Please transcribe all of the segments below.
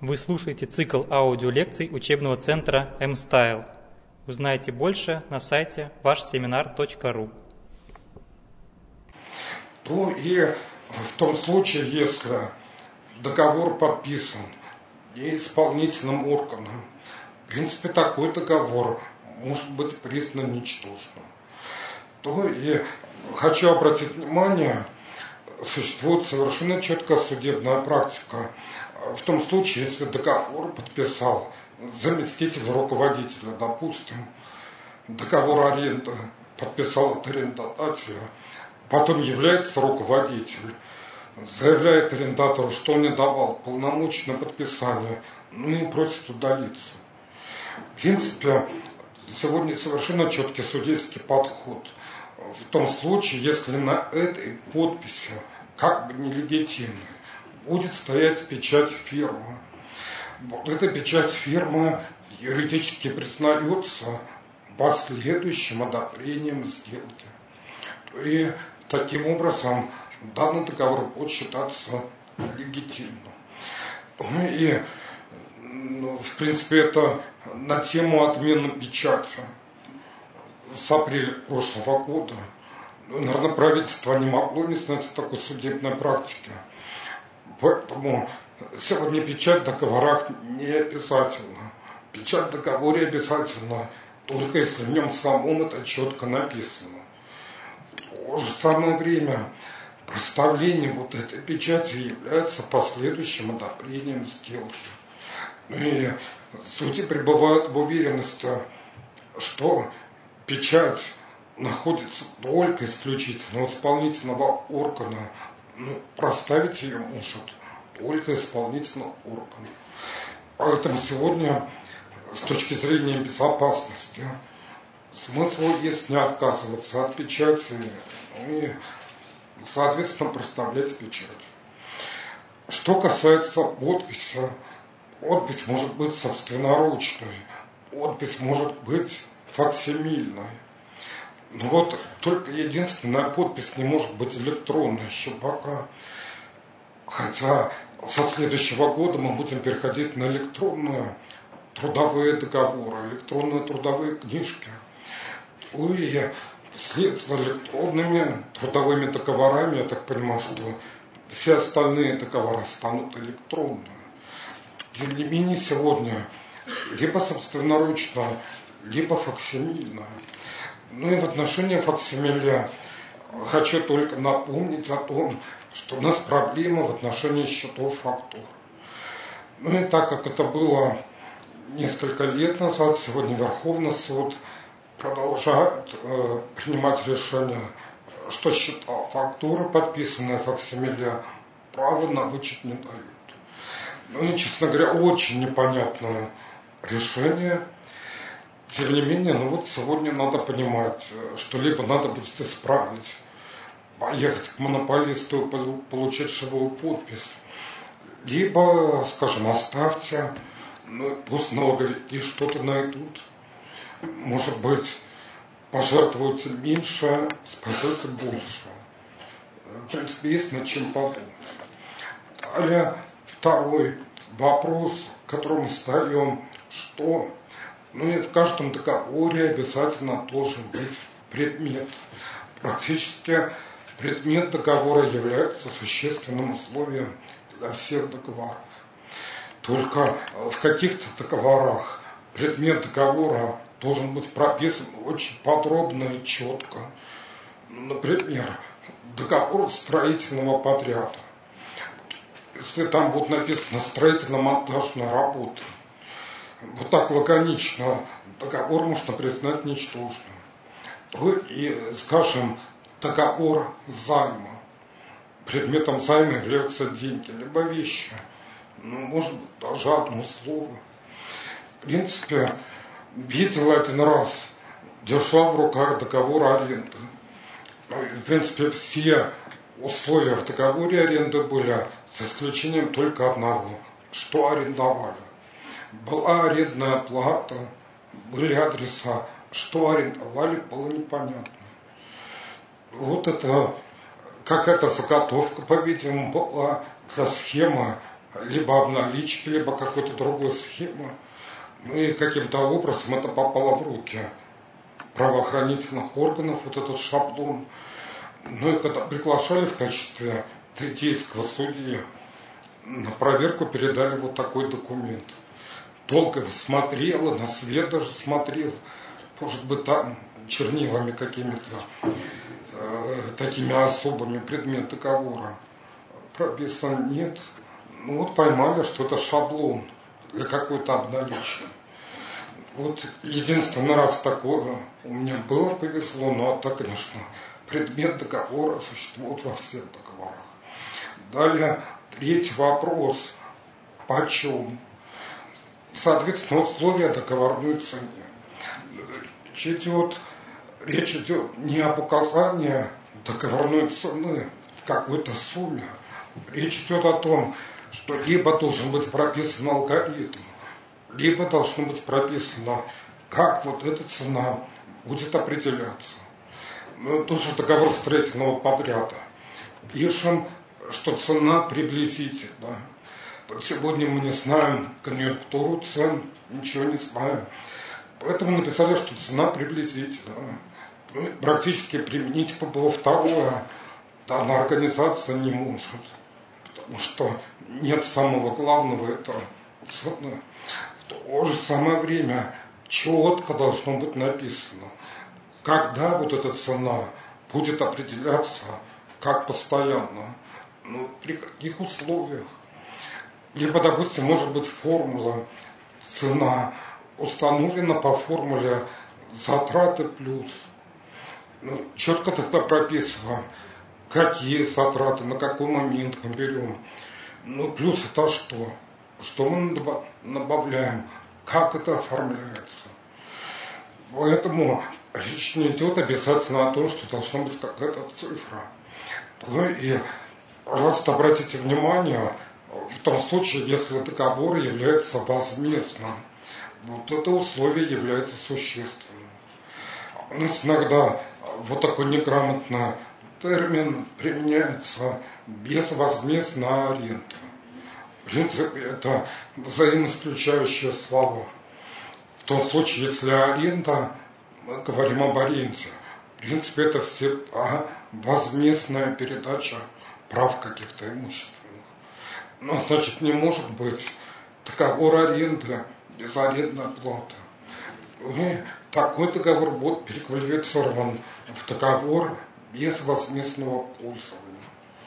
Вы слушаете цикл аудиолекций учебного центра M-Style. Узнайте больше на сайте вашсеминар.ру. То и в том случае, если договор подписан неисполнительным органом, в принципе, такой договор может быть признан ничтожным. То и хочу обратить внимание, существует совершенно четкая судебная практика. В том случае, если договор подписал заместитель руководителя, допустим, договор аренды подписал от арендодателя, потом является руководитель, заявляет арендатору, что он не давал полномочий на подписание, и просит удалиться. В принципе, сегодня совершенно четкий судейский подход. В том случае, если на этой подписи, как бы нелегитимной, будет стоять печать фирмы. Вот эта печать фирмы юридически признается последующим одобрением сделки. И таким образом данный договор будет считаться легитимным. И, в принципе, это на тему отмены печати с апреля прошлого года. Наверное, правительство не могло не знать такой судебной практики. Поэтому сегодня печать в договорах не обязательно. Печать в договоре обязательно только если в нем самом это четко написано. В то же самое время проставление вот этой печати является последующим одобрением сделки. И судьи пребывают в уверенности, что печать находится только исключительно у исполнительного органа. Проставить ее может только исполнительный орган. Поэтому сегодня, с точки зрения безопасности, смысл есть не отказываться от печати и, соответственно, проставлять печать. Что касается подписи, подпись может быть собственноручной, подпись может быть факсимильной. Но вот только единственная подпись не может быть электронной еще пока. Хотя со следующего года мы будем переходить на электронные трудовые договоры, электронные трудовые книжки. И вслед за электронными трудовыми договорами, я так понимаю, что все остальные договора станут электронными. Тем не менее, сегодня либо собственноручно, либо факсимильно. И в отношении факсимиля хочу только напомнить о том, что у нас проблема в отношении счетов фактур. И так как это было несколько лет назад, сегодня Верховный суд продолжает принимать решение, что счета фактуры, подписанные факсимиля, права на вычет не дают. И, честно говоря, очень непонятное решение. Тем не менее, сегодня надо понимать, что либо надо будет исправить, поехать к монополисту и получить живую подпись, либо, скажем, оставьте, пусть налоговики что-то найдут. Может быть, пожертвуйте меньше, спасете больше. В принципе, есть над чем подумать. Далее, второй вопрос, который мы ставим, что и в каждом договоре обязательно должен быть предмет. Практически предмет договора является существенным условием для всех договоров. Только в каких-то договорах предмет договора должен быть прописан очень подробно и четко. Например, договор строительного подряда. Если там будет написано строительно-монтажная работа, вот так лаконично договор можно признать ничтожным. И, скажем, договор займа. Предметом займа являются деньги, либо вещи. Может быть, даже одно слово. В принципе, видел один раз, держал в руках договор аренды. В принципе, все условия в договоре аренды были, с исключением только одного, что арендовали. Была арендная плата, были адреса, что арендовали, было непонятно. Вот это какая-то заготовка, по-видимому, была для схемы либо обналички, либо какой-то другой схемы. Ну и каким-то образом это попало в руки правоохранительных органов, вот этот шаблон. Ну и когда приглашали в качестве третейского судьи, на проверку передали вот такой документ. Долго его смотрел, на свет даже смотрел, может быть, там чернилами какими-то, такими особыми предмет договора прописан, нет. Ну вот поймали, что это шаблон для какой-то обналички. Вот единственный раз такое у меня было, повезло, но так, конечно, предмет договора существует во всех договорах. Далее, третий вопрос. Почем? Соответственно, условия договорной цены. Речь идет не об указании договорной цены в какой-то сумме. Речь идет о том, что либо должен быть прописан алгоритм, либо должно быть прописано, как вот эта цена будет определяться. Ну, тут же договор строительного подряда. Пишем, что цена приблизительно. Вот сегодня мы не знаем конъюнктуру цен, ничего не знаем. Поэтому написали, что цена приблизительно. Ну, практически применить было второе. Данная организация не может. Потому что нет самого главного, это цена. В то же самое время четко должно быть написано, когда вот эта цена будет определяться как постоянно, ну, при каких условиях. Либо, допустим, может быть формула, цена установлена по формуле затраты плюс. Ну, четко тогда прописано, какие затраты, на какой момент мы берем. Ну, плюс это что? Что мы добавляем? Как это оформляется? Поэтому речь не идет обязательно о том, что должна быть какая-то цифра. Ну и просто обратите внимание, в том случае, если договор является возмездным, вот это условие является существенным. У нас иногда вот такой неграмотный термин применяется безвозмездная аренда. В принципе, это взаимоисключающие слова. В том случае, если аренда, мы говорим об аренде, в принципе, это всегда возмездная передача прав каких-то имущественных. Но, значит, не может быть договор аренды без арендной платы. И такой договор будет переквалифицирован в договор без возмездного пользования.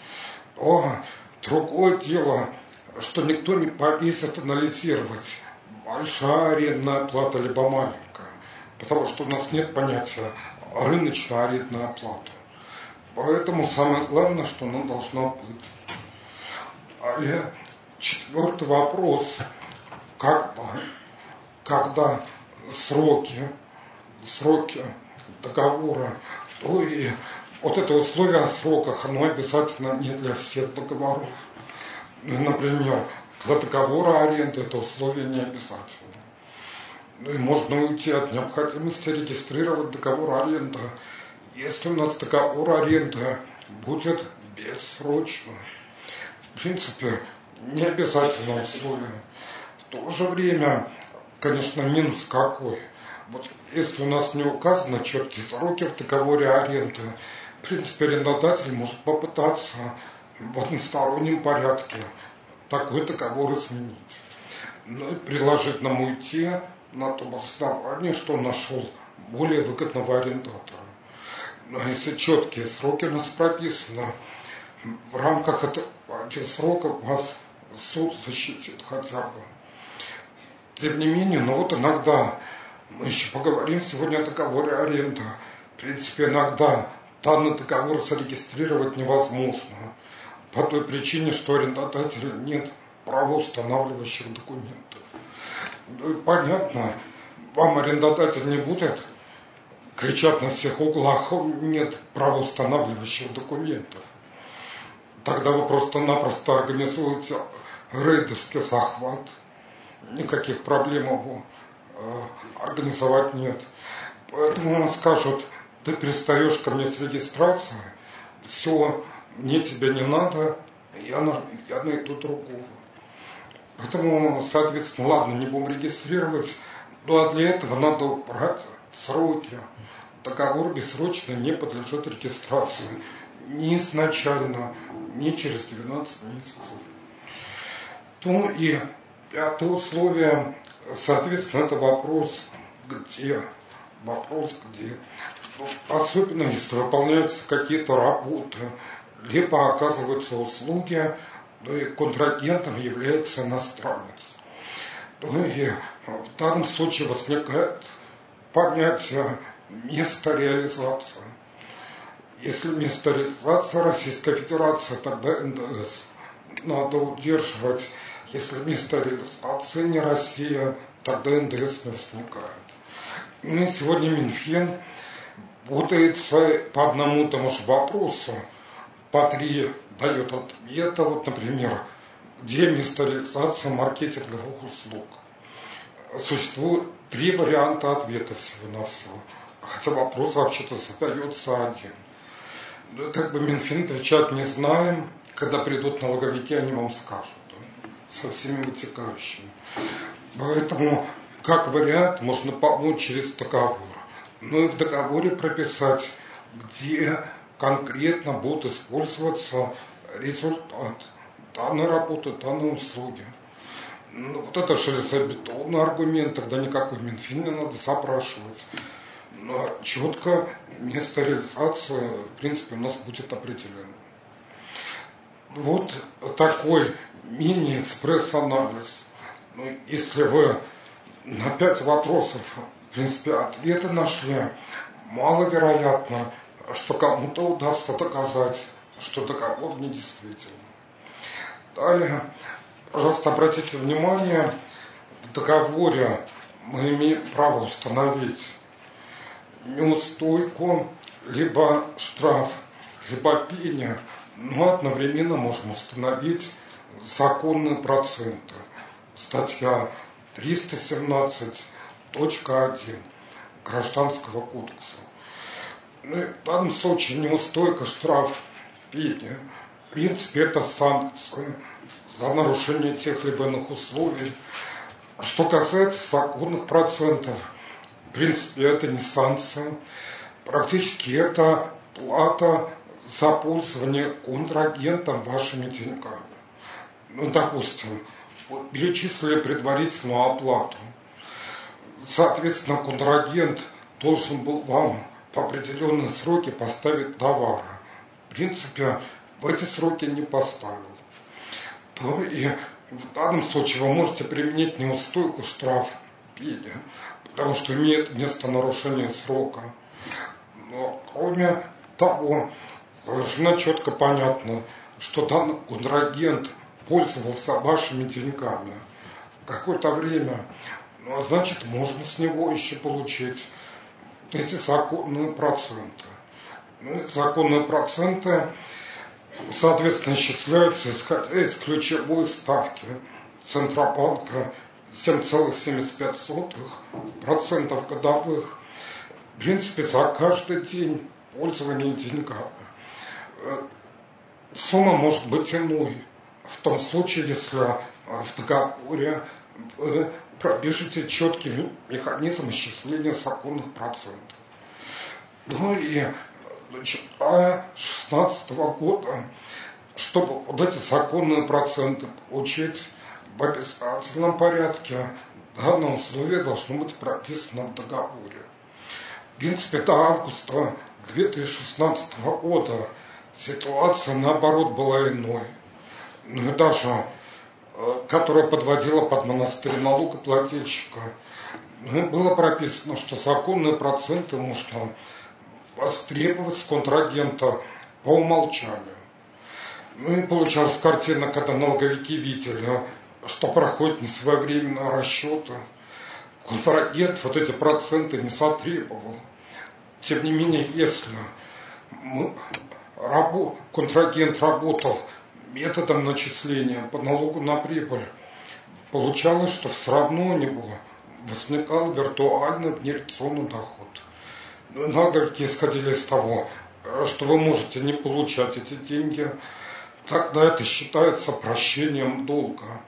Другое дело, что никто не повесит анализировать, большая арендная плата либо маленькая, потому что у нас нет понятия рыночная арендная плата. Поэтому самое главное, что она должна быть. Четвертый вопрос. Когда сроки договора, то и вот это условие о сроках, оно обязательно не для всех договоров. Например, для договора аренды это условие не обязательно. Ну и можно уйти от необходимости регистрировать договор аренды, если у нас договор аренды будет бессрочным. В принципе, не обязательно условие. В то же время, конечно, минус какой. Вот если у нас не указаны четкие сроки в договоре аренды, в принципе, арендодатель может попытаться в одностороннем порядке такой договор изменить. Ну и предложительно уйти на том основании, что он нашел более выгодного арендатора. Но если четкие сроки у нас прописаны, в рамках этих сроков вас суд защитит хотя бы. Тем не менее, вот иногда, мы еще поговорим сегодня о договоре аренды, в принципе, иногда данный договор зарегистрировать невозможно, по той причине, что арендодателя нет правоустанавливающих документов. Ну и понятно, вам арендодатель не будет кричать на всех углах, нет правоустанавливающих документов. Тогда вы просто-напросто организуете рейдерский захват. Никаких проблем его организовать нет. Поэтому вам скажут, ты пристаешь ко мне с регистрацией, все, мне тебя не надо, я найду другого. Поэтому, соответственно, ладно, не будем регистрировать, но для этого надо убрать сроки. Договор бессрочно не подлежит регистрации ни изначально, ни через 12 месяцев. Ну и пятое условие, соответственно, это вопрос, где. Особенно если выполняются какие-то работы, либо оказываются услуги, ну и контрагентом является иностранец. Ну и в данном случае возникает понятие места реализации. Если место реализации Российская Федерация, тогда НДС надо удерживать. Если место реализации не Россия, тогда НДС не возникает. Ну и сегодня Минфин путается по одному и тому же вопросу, по 3 дает ответа, вот, например, где место реализации маркетинговых услуг. Существует 3 варианта ответа всего-навсего, хотя вопрос вообще-то задается один. Ну, как бы Минфин отвечает не знаем, когда придут налоговики, они вам скажут, да, со всеми вытекающими. Поэтому, как вариант, можно помочь через договор. Ну и в договоре прописать, где конкретно будут использоваться результат данной работы, данной услуги. Ну, вот это железобетонный аргумент, тогда никакой Минфин не надо запрашивать. Но четко место реализации, в принципе, у нас будет определено. Вот такой мини-экспресс-анализ. Ну, если вы на 5 вопросов, в принципе, ответы нашли, маловероятно, что кому-то удастся доказать, что договор недействителен. Далее, пожалуйста, обратите внимание, в договоре мы имеем право установить неустойку, либо штраф, либо пение, но одновременно можем установить законные проценты. Статья 317.1 Гражданского кодекса. Ну, в данном случае неустойка, штраф, пение. В принципе, это санкции за нарушение тех либо иных условий. Что касается законных процентов, в принципе, это не санкция. Практически это плата за пользование контрагентом вашими деньгами. Ну, допустим, перечислили предварительную оплату. Соответственно, контрагент должен был вам в определенные сроки поставить товары. В принципе, в эти сроки не поставил. То и в данном случае вы можете применить неустойку, штраф, пение, потому что имеет место нарушение срока. Но кроме того, совершенно четко понятно, что данный контрагент пользовался вашими деньгами какое-то время, ну, а значит, можно с него еще получить эти законные проценты. Ну, и законные проценты, соответственно, исчисляются исходя из ключевой ставки Центробанка 7,75% годовых. В принципе, за каждый день пользования деньгами. Сумма может быть иной. В том случае, если в договоре вы пропишите четкий механизм исчисления законных процентов. Ну и начиная с 2016 года, чтобы вот эти законные проценты получить в обязательном порядке, данное условие должно быть прописано в договоре. В принципе, до августа 2016 года ситуация, наоборот, была иной. Ну и даже, которая подводила под монастырь налогоплательщика, ну, было прописано, что законные проценты можно востребовать с контрагента по умолчанию. Ну и получалась картина, когда налоговики видели, что проходят несвоевременные расчеты. Контрагент вот эти проценты не сотребовал. Тем не менее, если контрагент работал методом начисления по налогу на прибыль, получалось, что все равно у него возникал виртуальный внереализационный доход. Налоговики исходили из того, что вы можете не получать эти деньги, тогда это считается прощением долга.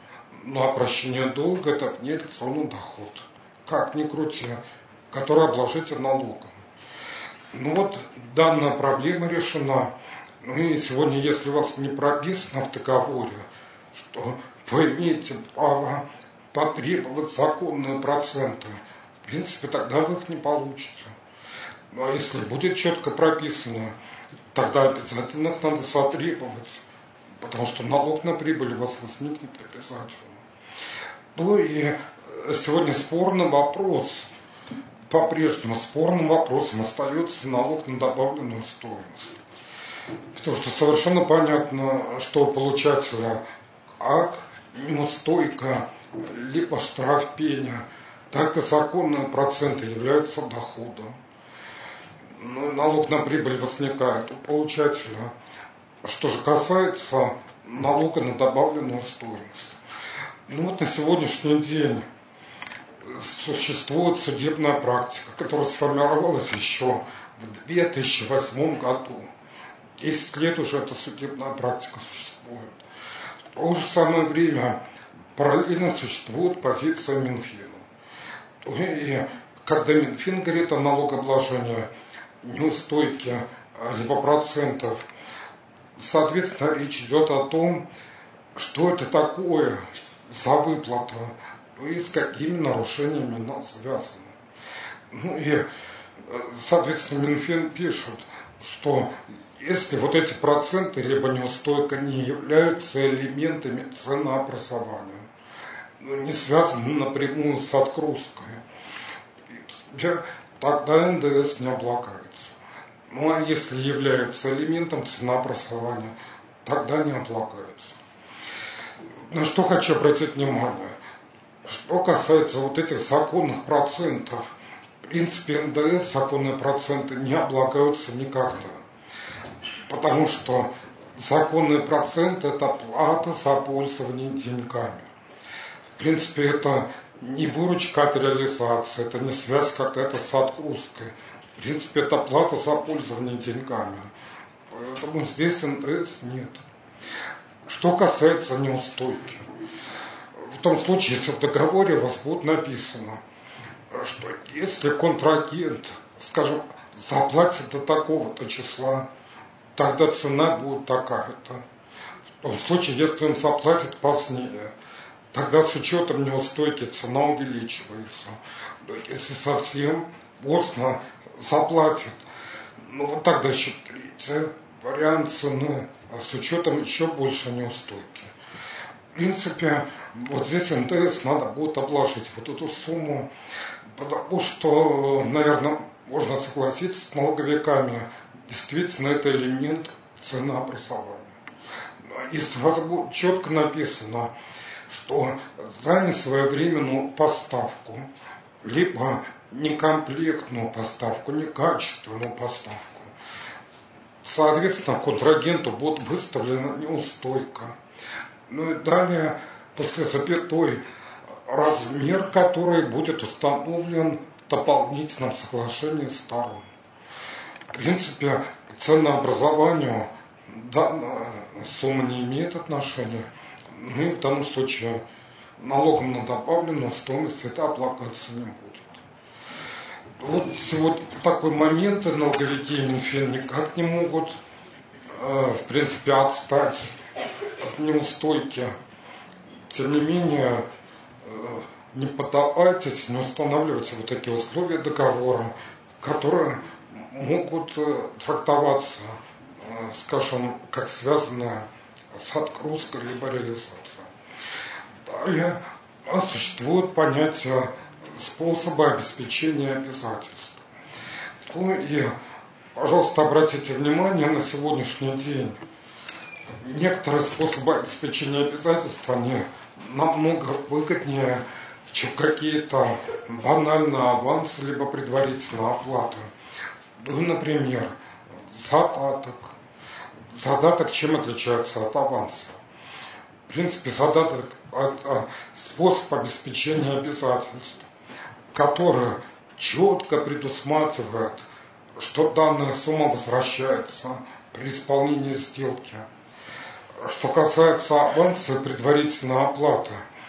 но обращение долга – это нереализованный доход, как ни крути, который обложите налогом. Ну вот данная проблема решена. Ну и сегодня, если у вас не прописано в договоре, что вы имеете право потребовать законные проценты, в принципе, тогда вы их не получите. Ну а если будет четко прописано, тогда обязательно их надо затребовать, потому что налог на прибыль у вас возникнет обязательно. Ну и сегодня спорный вопрос, по-прежнему спорным вопросом остается налог на добавленную стоимость. Потому что совершенно понятно, что у получателя как неустойка, либо штраф пеня, так и законные проценты являются доходом. Ну, налог на прибыль возникает у получателя. Что же касается налога на добавленную стоимость. Ну вот на сегодняшний день существует судебная практика, которая сформировалась еще в 2008 году. 10 лет уже эта судебная практика существует. В то же самое время параллельно существует позиция Минфина. И когда Минфин говорит о налогообложении неустойки либо процентов, соответственно, речь идет о том, что это такое за выплату, и с какими нарушениями она связана. Ну и, соответственно, Минфин пишет, что если вот эти проценты либо неустойка не являются элементами ценообразования, не связаны напрямую с отгрузкой, тогда НДС не облагается. Ну а если является элементом ценообразования, тогда не облагается. На что хочу обратить внимание. Что касается вот этих законных процентов, в принципе, НДС, законные проценты не облагаются никогда. Потому что законные проценты – это плата за пользование деньгами. В принципе, это не выручка от реализации, это не связь какая-то с отгрузкой. В принципе, это плата за пользование деньгами. Поэтому здесь НДС нет. Что касается неустойки. В том случае, если в договоре у вас будет написано, что если контрагент, скажем, заплатит до такого-то числа, тогда цена будет такая-то. В том случае, если он заплатит позднее, тогда с учетом неустойки цена увеличивается. Если совсем поздно заплатит, ну вот тогда еще третий вариант цены, с учетом еще больше неустойки. В принципе, вот здесь НДС надо будет обложить вот эту сумму, потому что, наверное, можно согласиться с налоговиками, действительно это элемент ценообразования. Если у вас будет четко написано, что за несвоевременную поставку, либо некомплектную поставку, некачественную поставку, соответственно, контрагенту будет выставлена неустойка. Ну и далее, после запятой, размер, который будет установлен в дополнительном соглашении сторон. В принципе, к ценообразованию данная сумма не имеет отношения. Ну и в данном случае налогом на добавленную стоимость это облагаться не будет. Вот сегодня такой момент налоговики и Минфин никак не могут, в принципе, отстать от неустойки. Тем не менее, не поддавайтесь, не устанавливайте вот такие условия договора, которые могут трактоваться, скажем, как связанные с отгрузкой либо реализацией. Далее существует понятие способа обеспечения обязательств. Ну и, пожалуйста, обратите внимание, на сегодняшний день некоторые способы обеспечения обязательств, они намного выгоднее, чем какие-то банальные авансы, либо предварительная оплата. Ну, например, задаток. Задаток чем отличается от аванса? В принципе, задаток – это способ обеспечения обязательств, который четко предусматривает, что данная сумма возвращается при исполнении сделки. Что касается аванса и предварительной оплаты,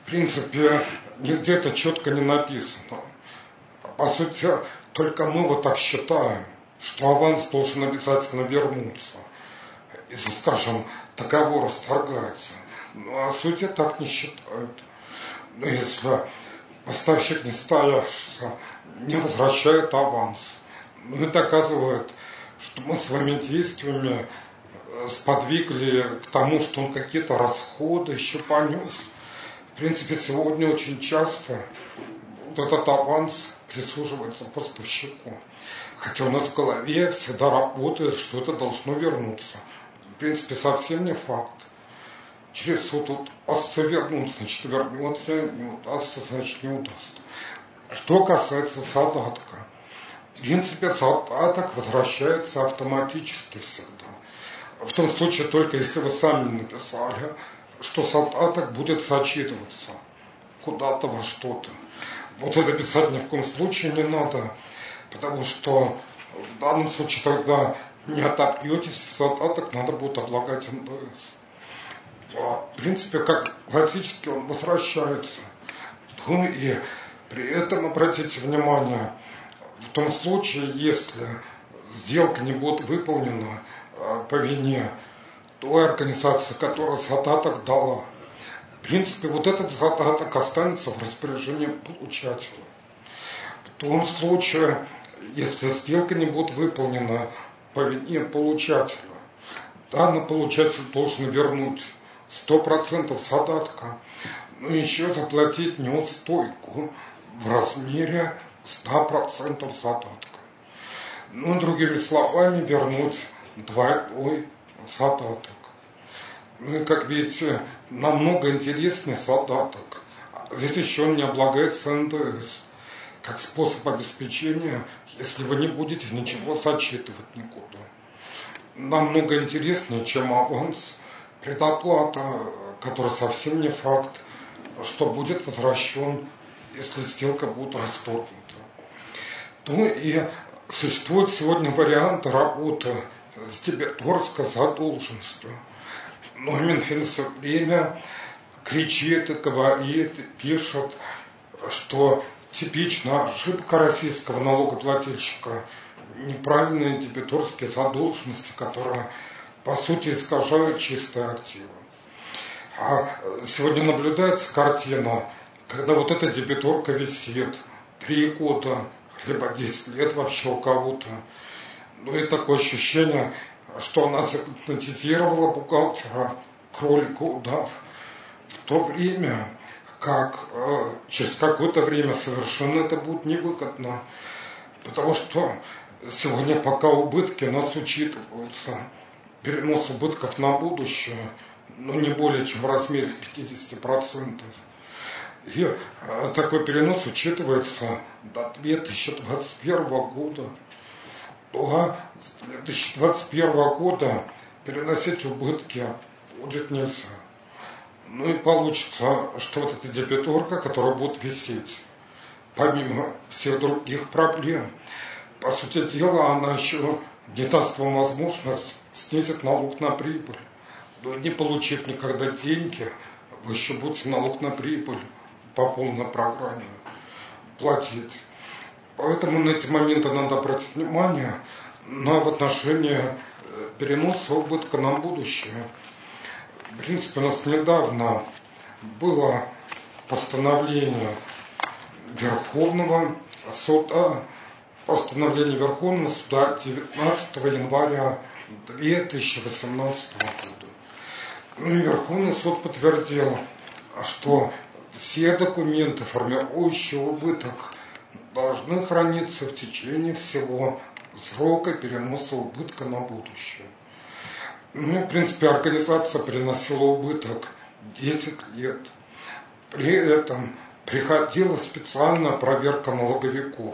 В принципе, нигде это четко не написано. По сути, только мы вот так считаем, что аванс должен обязательно вернуться, если, скажем, договор расторгается. Ну, а судьи так не считают. Но если поставщик несостоявшийся не возвращает аванс, ну и доказывает, что мы своими действиями сподвигли к тому, что он какие-то расходы еще понес. В принципе, сегодня очень часто вот этот аванс присуживается поставщику. Хотя у нас в голове всегда работает, что это должно вернуться. В принципе, совсем не факт. Через суд удастся вернуть, значит вернется, не удастся, значит не удастся. Что касается задатка. В принципе, задаток возвращается автоматически всегда. В том случае только если вы сами написали, что задаток будет зачитываться куда-то во что-то. Вот это писать ни в коем случае не надо, потому что в данном случае тогда не отобьетесь, задаток надо будет облагать НДС. В принципе, как классически он возвращается. Ну и при этом обратите внимание, в том случае, если сделка не будет выполнена по вине той организации, которая задаток дала, в принципе, вот этот задаток останется в распоряжении получателя. В том случае, если сделка не будет выполнена по вине получателя, данный получатель должен вернуть 100% задатка, но еще заплатить неустойку в размере 100% задатка. Ну, другими словами, вернуть двойной задаток. Ну и, как видите, намного интереснее задаток. Здесь еще он не облагается НДС, как способ обеспечения, если вы не будете ничего зачитывать никуда. Намного интереснее, чем аванс, предоплата, который совсем не факт, что будет возвращен, если сделка будет расторгнута. Ну и существует сегодня варианты работы с дебиторской задолженностью. Но Минфин все время кричит и говорит, и пишет, что типичная ошибка российского налогоплательщика – неправильные дебиторские задолженности, которые, по сути, искажают чистые активы. А сегодня наблюдается картина, когда вот эта дебиторка висит 3 года, либо 10 лет вообще у кого-то. Ну и такое ощущение, что она загипнотизировала бухгалтера, кролика удав, в то время, как через какое-то время совершенно это будет невыгодно. Потому что сегодня пока убытки нас учитываются, перенос убытков на будущее, но не более чем в размере 50%. И такой перенос учитывается до 2021 года. До 2021 года переносить убытки будет нельзя. Ну и получится, что вот эта дебиторка, которая будет висеть, помимо всех других проблем, по сути дела, она еще не даст вам возможность снизить налог на прибыль. Но не получив никогда деньги, вы еще будете налог на прибыль по полной программе платить. Поэтому на эти моменты надо обратить внимание в отношении переноса убытка на будущее. В принципе, у нас недавно было постановление Верховного суда, постановление Верховного суда 19 января 2018 года. Ну и Верховный суд подтвердил, что все документы, формирующие убыток, должны храниться в течение всего срока переноса убытка на будущее. Ну, в принципе, организация переносила убыток 10 лет. При этом приходила специальная проверка налоговиков.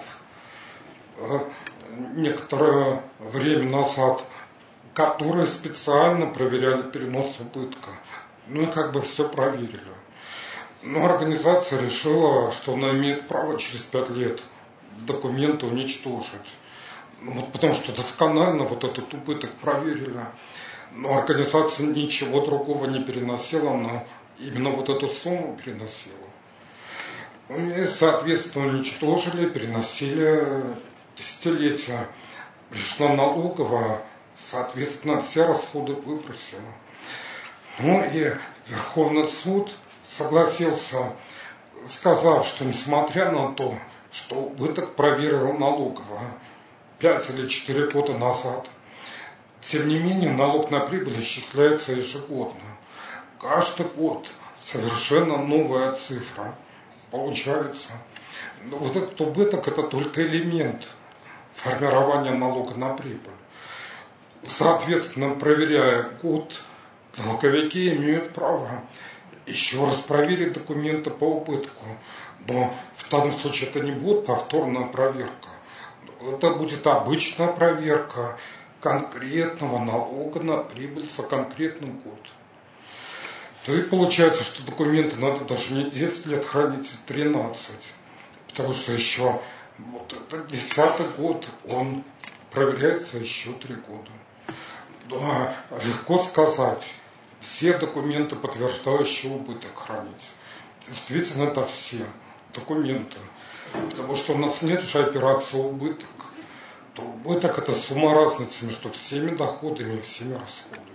Некоторое время назад, которые специально проверяли перенос убытка. Ну и как бы все проверили. Но организация решила, что она имеет право через 5 лет документы уничтожить. Ну, вот потому что досконально вот этот убыток проверили. Но организация ничего другого не переносила на именно вот эту сумму переносила. И, соответственно, уничтожили, переносили десятилетия. Пришла налоговая, соответственно, все расходы выбросила. Ну и Верховный суд согласился, сказав, что несмотря на то, что убыток проверила налоговая 5 или 4 года назад, тем не менее налог на прибыль исчисляется ежегодно. Каждый год совершенно новая цифра получается. Но вот этот убыток – это только элемент формирования налога на прибыль. Соответственно, проверяя год, налоговики имеют право еще раз проверить документы по убытку. Но в данном случае это не будет повторная проверка. Это будет обычная проверка конкретного налога на прибыль за конкретный год. То и получается, что документы надо даже не 10 лет хранить, а 13. Потому что еще вот это 10-й год, он проверяется еще 3 года. Да, легко сказать, все документы, подтверждающие убыток, хранить. Действительно, это все документы. Потому что у нас нет же операции убыток. То убыток – это сумма разницы между всеми доходами и всеми расходами.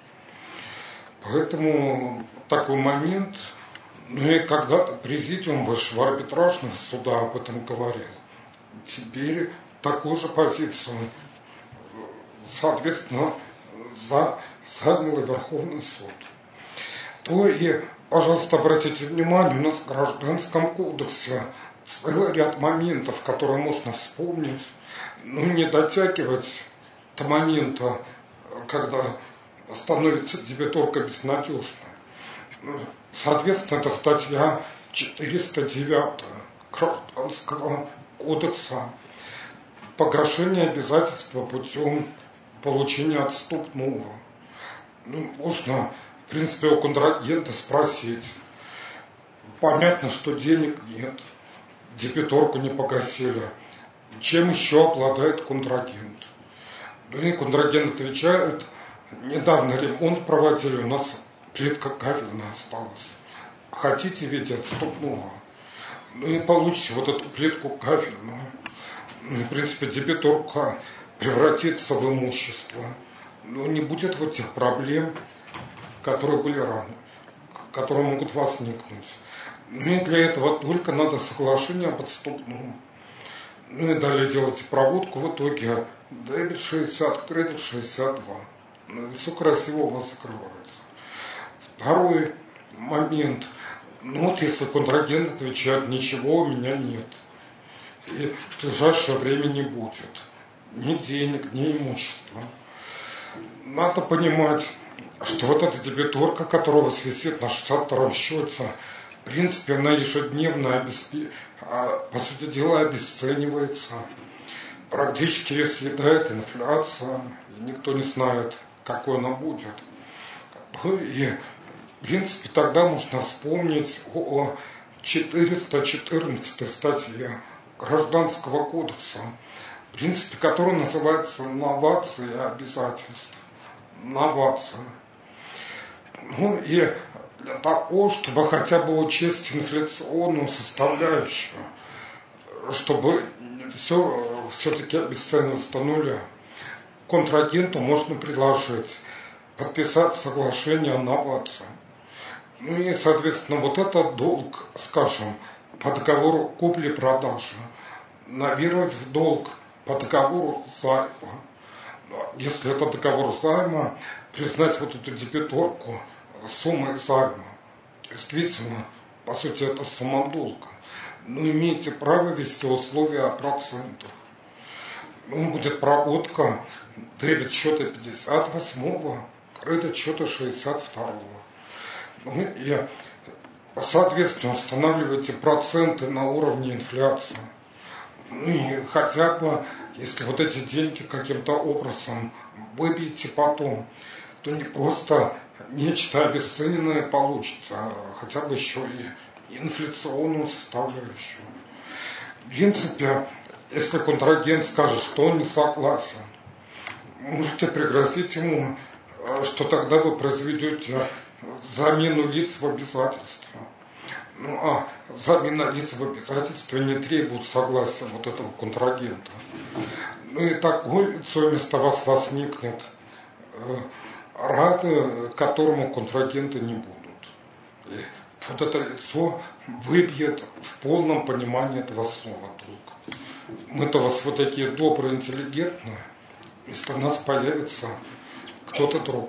Поэтому такой момент, ну и когда-то президиум Высшего арбитражного суда об этом говорил. Теперь такую же позицию, соответственно, занял и Верховный суд. То и, пожалуйста, обратите внимание, у нас в Гражданском кодексе целый ряд моментов, которые можно вспомнить, но не дотягивать до момента, когда становится дебиторка безнадежной. Соответственно, это статья 409 Гражданского кодекса. Погашение обязательства путем получения отступного. Можно, в принципе, у контрагента спросить. Понятно, что денег нет, дебиторку не погасили. Чем еще обладает контрагент? И контрагент отвечает: недавно ремонт проводили, у нас плитка кафельная осталась. Хотите видеть отступного? И получите вот эту плитку кафельную. В принципе, дебиторка превратится в имущество. Но не будет вот тех проблем, которые были ранее, которые могут возникнуть. И для этого только надо соглашение об отступном. И далее делать проводку, в итоге дебет 60, кредит 62. Все красиво у вас закрывается. Второй момент. Вот если контрагент отвечает: ничего у меня нет, и в ближайшее время не будет ни денег, ни имущества. Надо понимать, что вот эта дебиторка, которая у вас висит на 62-м счете, в принципе, она ежедневно, по сути дела, обесценивается. Практически ее съедает инфляция, и никто не знает, какой она будет. И, в принципе, тогда можно вспомнить о 414 статье Гражданского кодекса, в принципе, которая называется «Новация обязательств». Новация. И для того, чтобы хотя бы учесть инфляционную составляющую, чтобы все-таки обесценивалось до нуля, контрагенту можно предложить подписать соглашение о новации. И, соответственно, вот этот долг, скажем, по договору купли-продажи, навировать в долг по договору займа. Если это договор займа, признать вот эту дебиторку суммой займа. Действительно, по сути, это сумма долга. Но имеете право ввести условия о процентах. Будет проводка, дебет счета 58-го, кредит счета 62-го. И, соответственно, устанавливаете проценты на уровне инфляции. И хотя бы, если вот эти деньги каким-то образом выбьете потом, то не просто нечто обесцененное получится, а хотя бы еще и инфляционную составляющую. В принципе, если контрагент скажет, что он не согласен, можете пригрозить ему, что тогда вы произведете замену лиц в обязательства. Ну а замена лиц в обязательства не требует согласия вот этого контрагента. Ну и такое лицо вместо вас возникнет, рады которому контрагенты не будут. И вот это лицо выбьет в полном понимании этого слова друг. Мы-то у вас вот такие добрые, интеллигентные, вместо нас появится кто-то другой.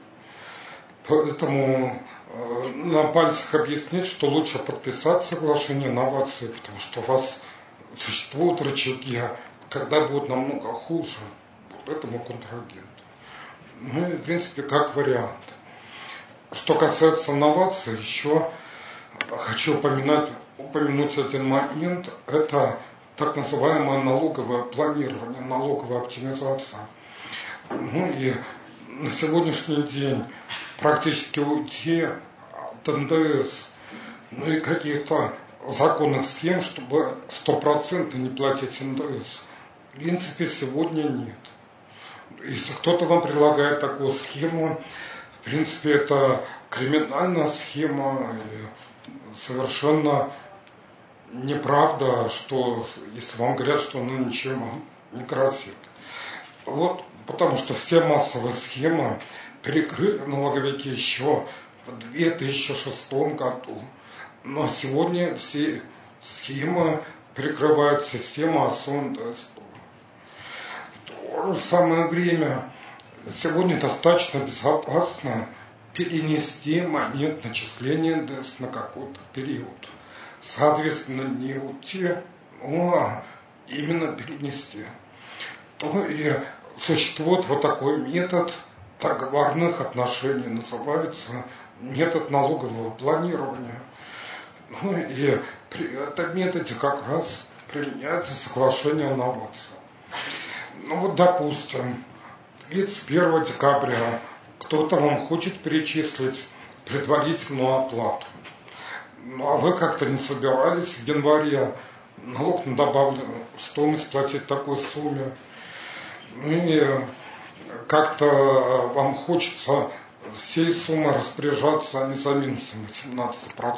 Поэтому на пальцах объяснить, что лучше подписать соглашение новации, потому что у вас существуют рычаги, когда будет намного хуже вот этому контрагенту. Ну и в принципе как вариант. Что касается новаций, еще хочу упомянуть один момент. Это так называемое налоговое планирование, налоговая оптимизация. Ну и на сегодняшний день практически уйти от НДС, ну и каких-то законных схем, чтобы 100% не платить НДС, в принципе, сегодня нет. Если кто-то вам предлагает такую схему, в принципе, это криминальная схема, совершенно неправда, что если вам говорят, что она ничем не грозит. Вот потому что все массовые схемы перекрыли налоговики еще в 2006 году. Но сегодня все схемы прикрывают систему ОСО-НДС. В то же самое время сегодня достаточно безопасно перенести момент начисления НДС на какой-то период. Соответственно, не уйти, а именно перенести. То и существует вот такой метод договорных отношений, называется метод налогового планирования. Ну и при этом методе как раз применяется соглашение о новации. Ну вот, допустим, 31 декабря кто-то вам хочет перечислить предварительную оплату. Ну а вы как-то не собирались в январе налог на добавленную стоимость платить такой сумме. Ну и как-то вам хочется всей суммы распоряжаться, а не за минусом 18%.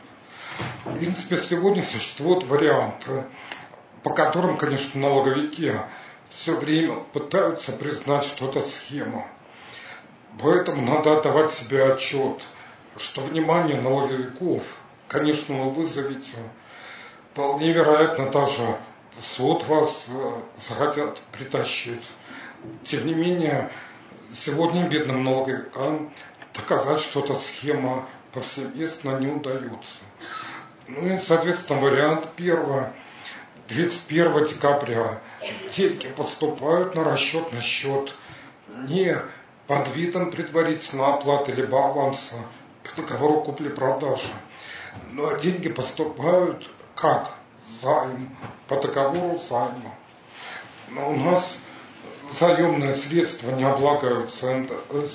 В принципе, сегодня существуют варианты, по которым, конечно, налоговики все время пытаются признать, что это схема. Поэтому надо отдавать себе отчет, что внимание налоговиков, конечно, вы вызовете. Вполне вероятно, даже в суд вас захотят притащить. Тем не менее, сегодня бедным налоговикам доказать, что эта схема повсеместно не удается. Ну и, соответственно, вариант первый. 31 декабря деньги поступают на расчетный счет не под видом предварительной оплаты либо аванса по договору купли-продажи, но деньги поступают как займ по договору займа. Но у нас заемные средства не облагаются НДС.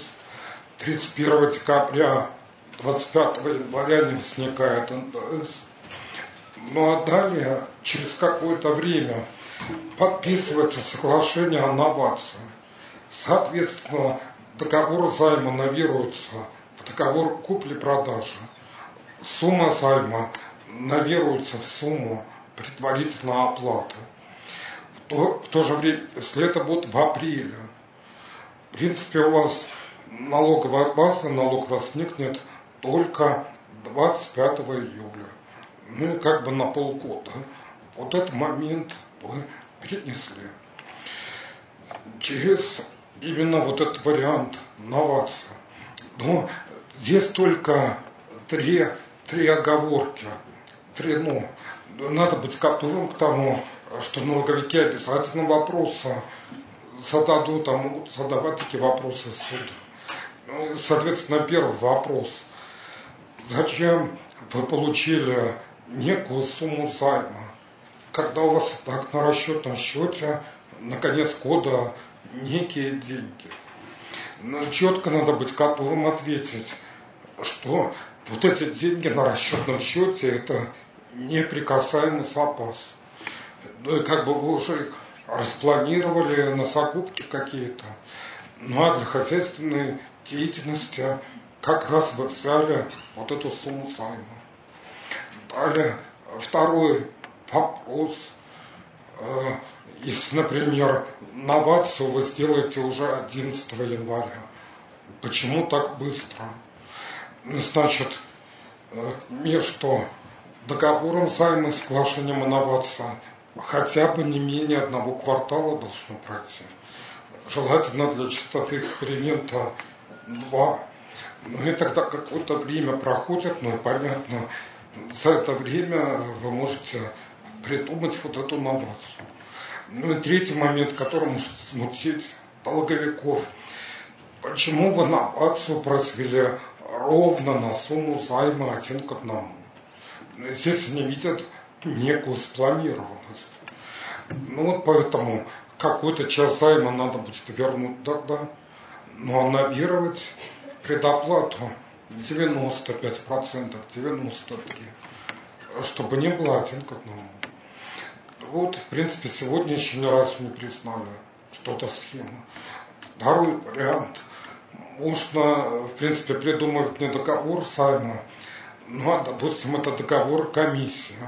31 декабря, 25 января не возникает НДС. Ну а далее, через какое-то время, подписывается соглашение о новации. Соответственно, договор займа новируется в договор купли-продажи. Сумма займа новируется в сумму предварительной оплаты. В то же время, если это будет в апреле, в принципе, у вас налоговая база, налог возникнет только 25 июля. Ну и как бы на полгода. Вот этот момент вы перенесли. Через именно вот этот вариант новации. Но здесь только три оговорки. Но. Надо быть готовым к тому, что налоговики обязательно вопросы зададут, а могут задавать такие вопросы суду. Ну, соответственно, первый вопрос. Зачем вы получили некую сумму займа, когда у вас так на расчетном счете на конец года некие деньги? Но четко надо быть готовым ответить, что вот эти деньги на расчетном счете это неприкасаемый запас. Ну и как бы вы уже их распланировали на закупки какие-то. Ну а для хозяйственной деятельности как раз вы взяли вот эту сумму займа. Далее, второй вопрос. Если, например, новацию вы сделаете уже 11 января, почему так быстро? Значит, между договором займа и соглашением о новации хотя бы не менее 1 квартала должно пройти. Желательно для чистоты эксперимента 2. Ну и тогда какое-то время проходит, ну и понятно, за это время вы можете придумать вот эту новацию. Ну и третий момент, который может смутить долговиков. Почему вы новацию произвели ровно на сумму займа 1 к 1? Здесь они видят некую спланированность. Ну вот поэтому какую-то часть займа надо будет вернуть тогда, но аннулировать предоплату 95%, 93%, чтобы не было 1 к 1. Вот, в принципе, сегодня еще ни разу не признали, что это схема. Второй вариант. Можно, в принципе, придумать не договор займа, но, допустим, это договор комиссии,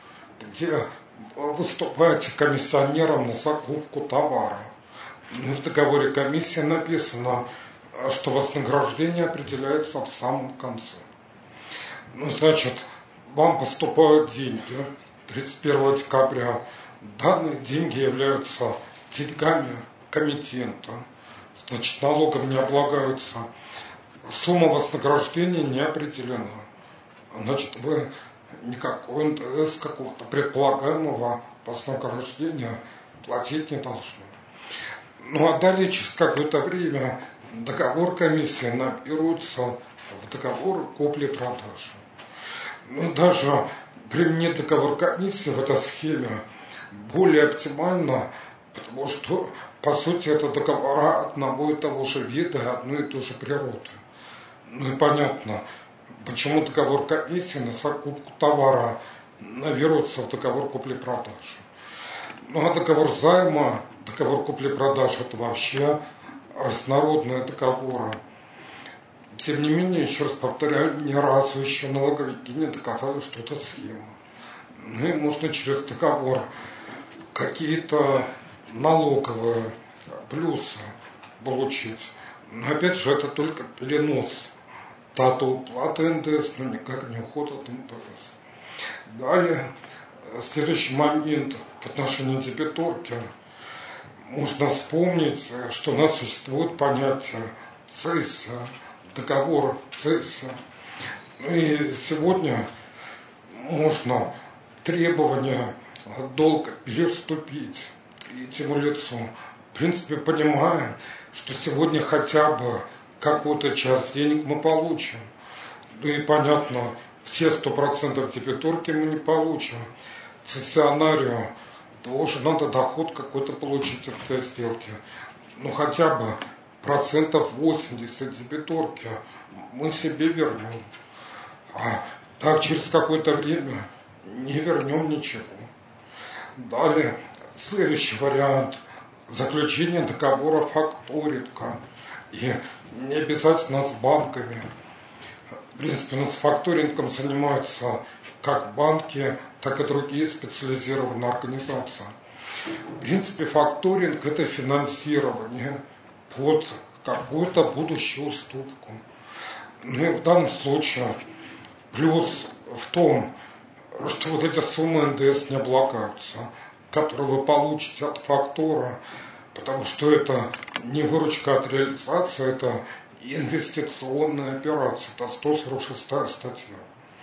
где выступаете комиссионером на закупку товара. Ну, в договоре комиссии написано, что вознаграждение определяется в самом конце. Ну, значит, вам поступают деньги 31 декабря. Данные деньги являются деньгами комитета. Значит, налогом не облагаются. Сумма вознаграждения не определена. Значит, вы никакой НДС какого-то предполагаемого вознаграждения платить не должны. Ну а далее через какое-то время договор комиссии наберутся в договор купли-продажи. Ну даже применить договор комиссии в этой схеме более оптимально, потому что по сути это договора одного и того же вида, одной и той же природы. Ну и понятно, почему договор комиссии на закупку товара наберутся в договор купли-продажи. Ну а договор займа, договор купли-продажи это вообще разнородные договоры. Тем не менее, еще раз повторяю, ни разу еще налоговики не доказали, что это схема. Ну и можно через договор какие-то налоговые плюсы получить. Но опять же, это только перенос даты уплаты НДС, но никак не уход от НДС. Далее, следующий момент в отношении дебиторки. Можно вспомнить, что у нас существует понятие цессия, договор цессия. И сегодня можно требования долга переступить третьему лицу. В принципе, понимая, что сегодня хотя бы какую-то часть денег мы получим. Ну и понятно, все 100% дебиторки мы не получим. Цессионарию тоже надо доход какой-то получить от этой сделки. Ну хотя бы 80% дебиторки мы себе вернем. А так через какое-то время не вернем ничего. Далее, следующий вариант. Заключение договора факторинга. И не обязательно с банками. В принципе, с факторингом занимаются как банки, так и другие специализированные организации. В принципе, факторинг – это финансирование под какую-то будущую уступку. Ну и в данном случае плюс в том, что вот эти суммы НДС не облагаются, которые вы получите от фактора, потому что это не выручка от реализации, это инвестиционная операция, это 146 статья.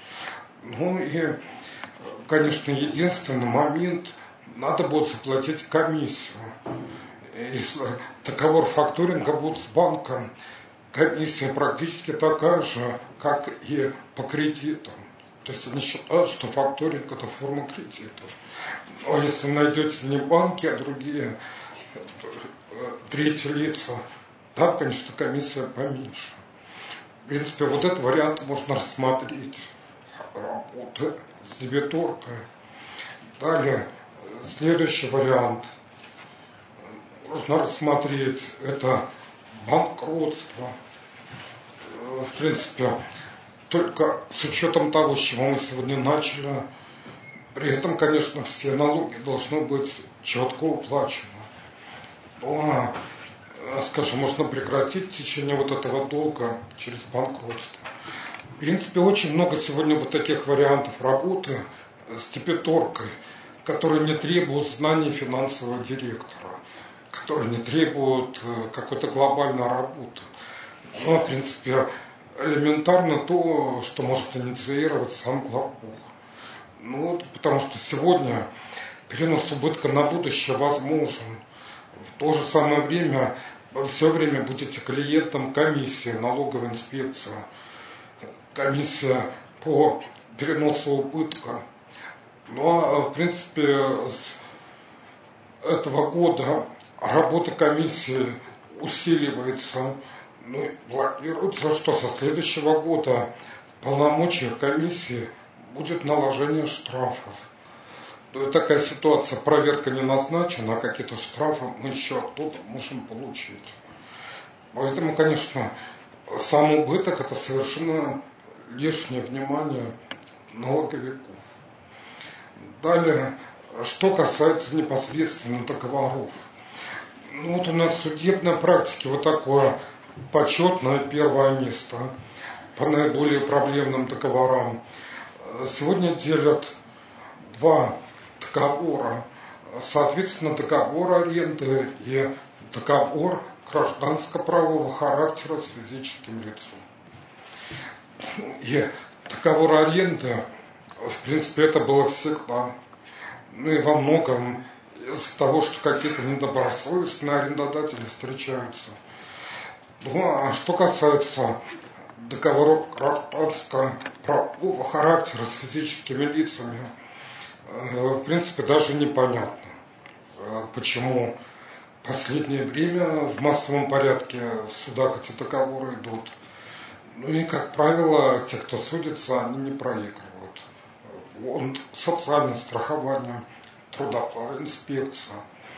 Ну и, конечно, единственный момент, надо будет заплатить комиссию. Если договор факторинга будет с банком, комиссия практически такая же, как и по кредитам. То есть они считают, что факторинг – это форма кредита. Но если найдете не банки, а другие третьи лица, там, конечно, комиссия поменьше. В принципе, вот этот вариант можно рассмотреть. Работы с дебиторкой. Далее, следующий вариант можно рассмотреть, это банкротство. в принципе, только с учетом того, с чего мы сегодня начали, при этом, конечно, все налоги должны быть четко уплачены. Но, скажем, можно прекратить течение вот этого долга через банкротство. В принципе, очень много сегодня вот таких вариантов работы с дебиторкой, которые не требуют знаний финансового директора, которые не требуют какой-то глобальной работы. Но, в принципе, элементарно то, что может инициировать сам главбух. Ну вот, потому что сегодня перенос убытка на будущее возможен. В то же самое время вы все время будете клиентом комиссии, налоговой инспекции, комиссия по переносу убытка. Ну а в принципе с этого года работа комиссии усиливается, ну и планируется, что со следующего года в полномочиях комиссии будет наложение штрафов. То есть такая ситуация, проверка не назначена, а какие-то штрафы мы еще оттуда можем получить. Поэтому, конечно, сам убыток – это совершенно лишнее внимание налоговиков. Далее, что касается непосредственно договоров. Ну вот у нас в судебной практике вот такое почетное первое место по наиболее проблемным договорам. Сегодня делят два договора, соответственно, договор аренды и договор гражданско-правового характера с физическим лицом. И договор аренды, в принципе, это было всегда. Ну и во многом из-за того, что какие-то недобросовестные арендодатели встречаются. Ну а что касается договоров гражданско-правового характера с физическими лицами, в принципе, даже непонятно, почему в последнее время в массовом порядке в судах эти договоры идут. Ну и, как правило, те, кто судится, они не проигрывают. Фонд социальное страхование, трудовая инспекция.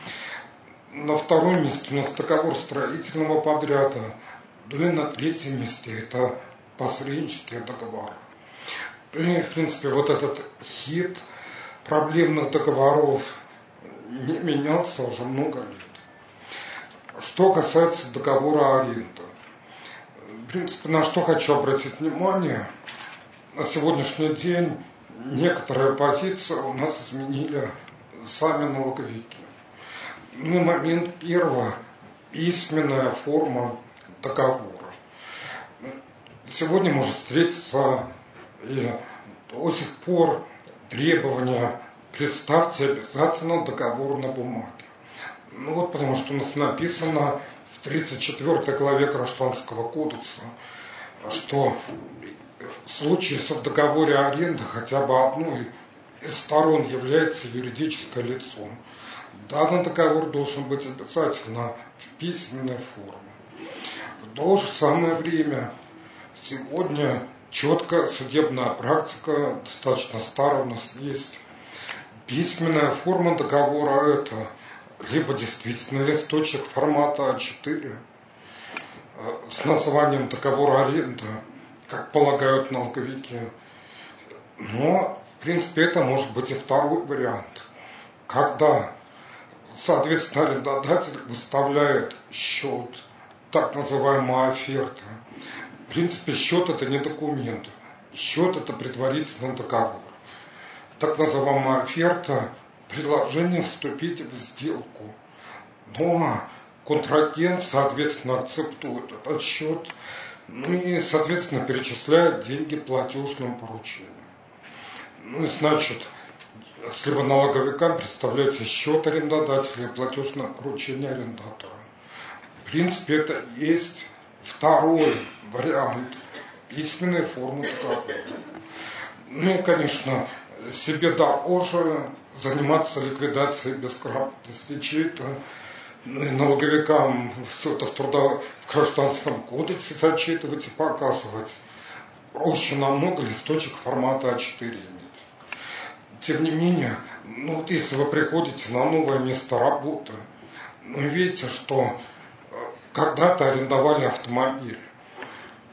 На втором месте у нас договор строительного подряда, ну и на третьем месте это посреднические договоры. И, в принципе, вот этот хит проблемных договоров не менялся уже много лет. Что касается договора аренды. В принципе, на что хочу обратить внимание, на сегодняшний день некоторые позиции у нас изменили сами налоговики. Ну, момент первого – письменная форма договора. Сегодня может встретиться и до сих пор требования «представьте обязательно договор на бумаге». Ну вот потому что у нас написано в 34 главе Гражданского кодекса, что в случае, если в договоре аренды хотя бы одной из сторон является юридическое лицо, данный договор должен быть обязательно в письменной форме. В то же самое время сегодня четкая судебная практика, достаточно старая у нас есть. Письменная форма договора – это либо действительно листочек формата А4 с названием договора аренды, как полагают налоговики. Но, в принципе, это может быть и второй вариант, когда, соответственно, арендодатель выставляет счет, так называемая оферта. В принципе, счет – это не документ, счет – это предварительный договор. Так называемая оферта – предложение вступить в сделку. Но контрагент, соответственно, акцептует этот счет, ну и, соответственно, перечисляет деньги платежным поручением. Ну и, значит, если вы налоговикам представляете счет арендодателя и платежное поручение арендатора, в принципе, это есть второй вариант письменной формы договора. Ну и, конечно, себе дороже заниматься ликвидацией безграмотности чьей-то, ну и налоговикам все это в Гражданском кодексе зачитывать и показывать. Проще намного листочек формата А4 иметь. Тем не менее, ну вот если вы приходите на новое место работы, ну и видите, что когда-то арендовали автомобиль,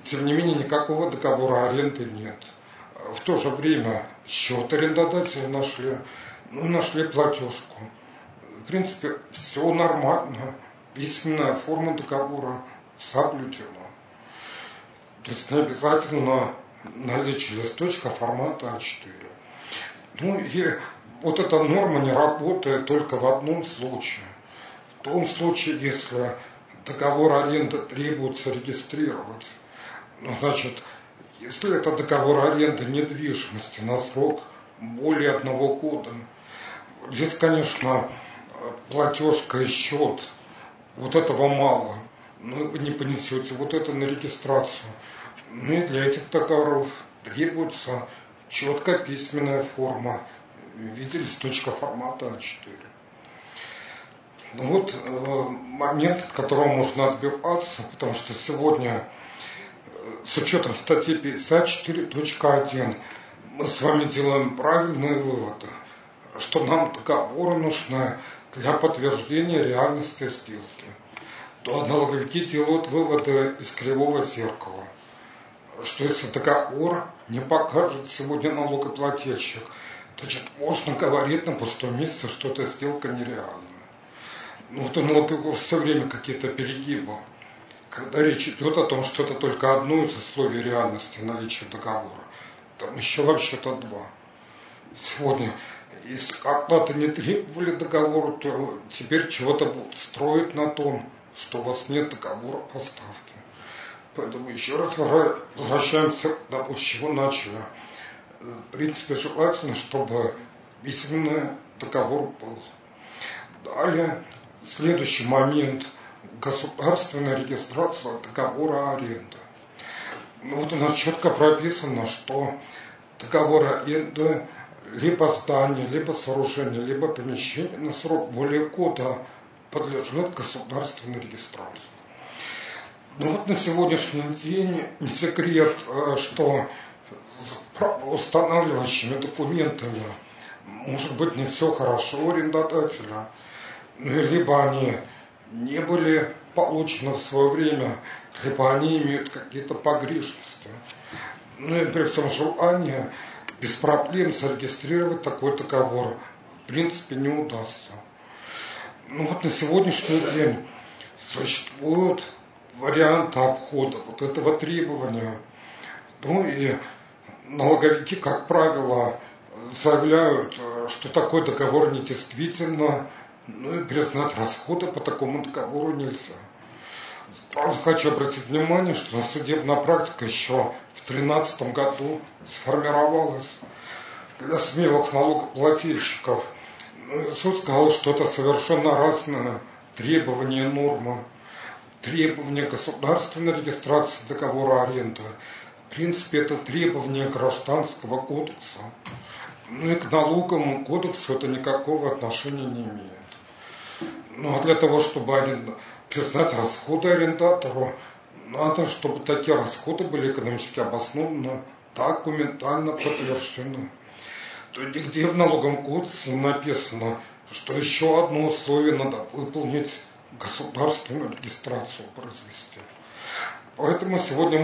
тем не менее никакого договора аренды нет. В то же время счет арендодателя нашли, нашли платежку. В принципе, все нормально, письменная форма договора соблюдена. То есть не обязательно наличие листочка формата А4. И вот эта норма не работает только в одном случае. В том случае, если договор аренды требуется регистрировать. Значит, если это договор аренды недвижимости на срок более 1 года, здесь, конечно, платежка и счет, вот этого мало, но вы не понесете вот это на регистрацию. И для этих договоров требуется четкая письменная форма в виде листочка формата А4. Момент, от которого можно отбиваться, потому что сегодня с учетом статьи 54.1 мы с вами делаем правильные выводы, что нам договоры нужны для подтверждения реальности сделки. То налоговики делают выводы из кривого зеркала, что если договор не покажет сегодня налогоплательщик, то можно говорить на пустом месте, что эта сделка нереальна. У налоговиков все время какие-то перегибы. Когда речь идет о том, что это только одно из условий реальности наличия договора, там еще вообще-то 2. Сегодня, если когда-то не требовали договора, то теперь чего-то будут строить на том, что у вас нет договора поставки. Поэтому еще раз возвращаемся к тому, с чего начали. В принципе, желательно, чтобы письменный договор был. Далее, следующий момент – государственная регистрация договора аренды. У нас четко прописано, что договор аренды либо здание, либо сооружение, либо помещение на срок более года подлежит государственной регистрации. На сегодняшний день не секрет, что с правоустанавливающими документами может быть не все хорошо у арендодателя, либо они не были получены в свое время, либо они имеют какие-то погрешности. И при всем желании без проблем зарегистрировать такой договор в принципе не удастся. На сегодняшний день существуют варианты обхода вот этого требования. И налоговики, как правило, заявляют, что такой договор недействительно, и признать расходы по такому договору нельзя. Сразу хочу обратить внимание, что судебная практика еще в 2013 году сформировалась для смелых налогоплательщиков. Суд сказал, что это совершенно разные требования и нормы. Требования государственной регистрации договора аренды. В принципе, это требования Гражданского кодекса. И к налоговому кодексу это никакого отношения не имеет. А для того, чтобы признать расходы арендатору, надо, чтобы такие расходы были экономически обоснованы, документально подтверждены. То есть нигде в налоговом кодексе написано, что еще одно условие надо выполнить – государственную регистрацию произвести. Поэтому сегодня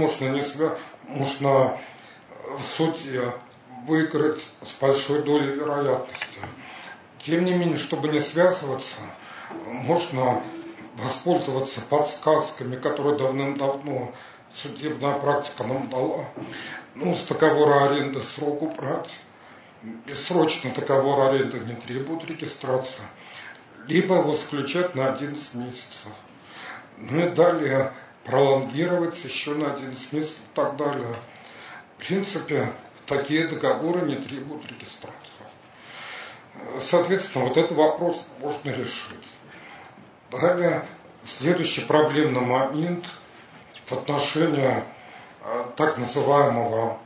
можно в суде выиграть с большой долей вероятности. Тем не менее, чтобы не связываться, можно воспользоваться подсказками, которые давным-давно судебная практика нам дала. С договора аренды срок убрать. Бессрочно договор аренды не требует регистрации. Либо его исключать на 11 месяцев. И далее пролонгировать еще на 11 месяцев и так далее. В принципе, такие договоры не требуют регистрации. Соответственно, вот этот вопрос можно решить. Далее, следующий проблемный момент в отношении так называемых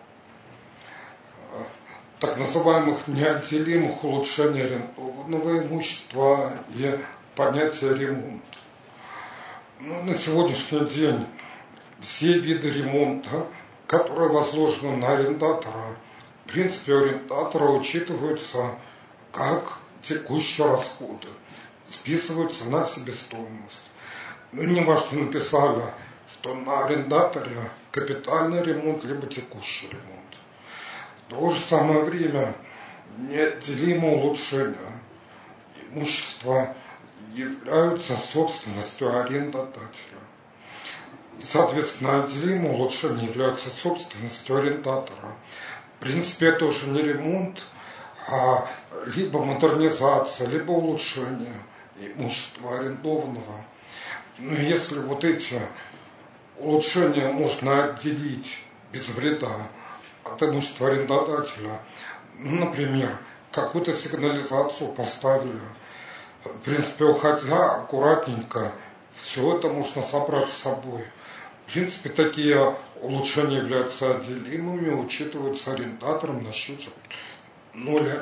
неотделимых улучшений арендованного имущества и понятия ремонт. На сегодняшний день все виды ремонта, которые возложены на арендатора, в принципе, у арендатора учитываются как текущие расходы, списываются на себестоимость. Не важно, написали, что на арендаторе капитальный ремонт либо текущий ремонт. В то же самое время неотделимое улучшение имущества являются собственностью арендодателя. Соответственно, отделимое улучшение является собственностью арендатора. В принципе, это уже не ремонт, а либо модернизация, либо улучшение имущества арендованного. Но если вот эти улучшения можно отделить без вреда от имущества арендодателя, ну, например, какую-то сигнализацию поставили, в принципе, уходя аккуратненько, все это можно собрать с собой. В принципе, такие улучшения являются отделимыми, учитываются арендатором на счете 0,1.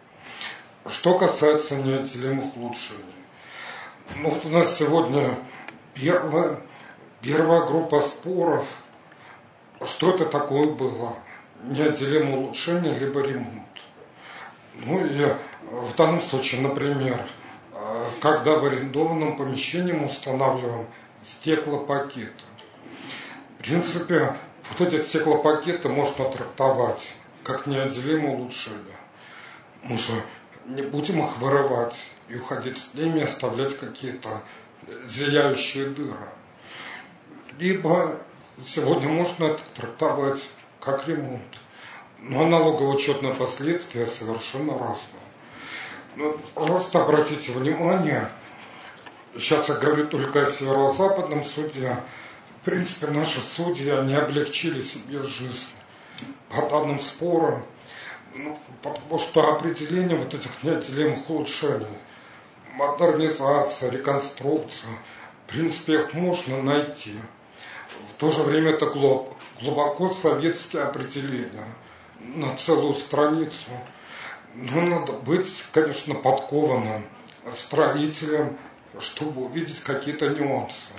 Что касается неотделимых улучшений. Ну вот у нас сегодня первая группа споров. Что это такое было? Неотделимое улучшение либо ремонт. Ну и в данном случае, например, когда в арендованном помещении мы устанавливаем стеклопакеты. В принципе, вот эти стеклопакеты можно трактовать как неотделимое улучшение. Мы же не будем их вырывать и уходить с ними, оставлять какие-то зияющие дыры. Либо сегодня можно это трактовать как ремонт. Но налогово-учетные последствия совершенно разные. Но просто обратите внимание, сейчас я говорю только о северо-западном суде. В принципе, наши судьи, они облегчили себе жизнь по данным спорам, потому что определение вот этих неотделимых улучшений, модернизация, реконструкция, в принципе, их можно найти. В то же время это глубоко советские определения на целую страницу. Но надо быть, конечно, подкованным строителем, чтобы увидеть какие-то нюансы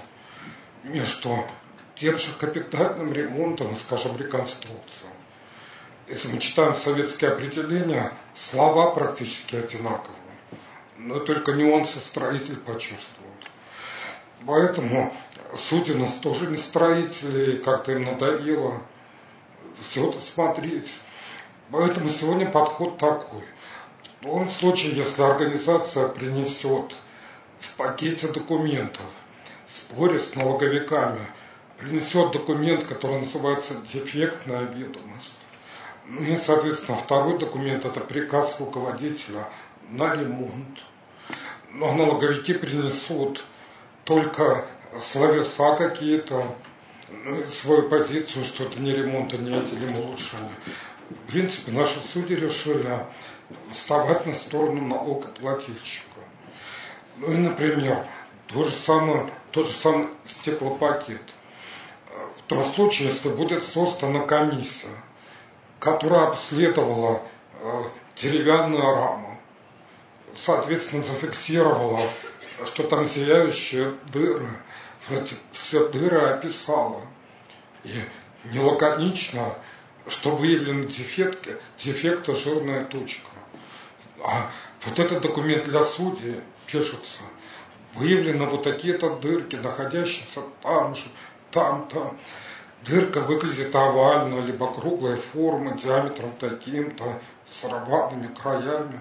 между тем же капитальным ремонтом, скажем, реконструкцией. Если мы читаем советские определения, слова практически одинаковые, но только нюансы строитель почувствует. Поэтому судьи нас тоже не строители, как-то им надоело все это смотреть. Поэтому сегодня подход такой. В том случае, если организация принесет в пакете документов, в споре с налоговиками, принесет документ, который называется дефектная ведомость. Ну и, соответственно, второй документ – это приказ руководителя на ремонт. Но налоговики принесут только словеса какие-то, ну и свою позицию, что это не ремонт, а не отделимое улучшение. В принципе, наши судьи решили вставать на сторону налогоплательщика. Ну и, например, тот же самый стеклопакет. В том случае, если будет создана комиссия, которая обследовала деревянную раму, соответственно, зафиксировала, что там зияющие дыры, все дыры описала. И нелаконично, что выявлены дефекты, жирная точка. А вот этот документ для судей пишется. Выявлены вот такие-то дырки, находящиеся там же, там-то. Дырка выглядит овально, либо круглой формы, диаметром таким-то, с рваными краями.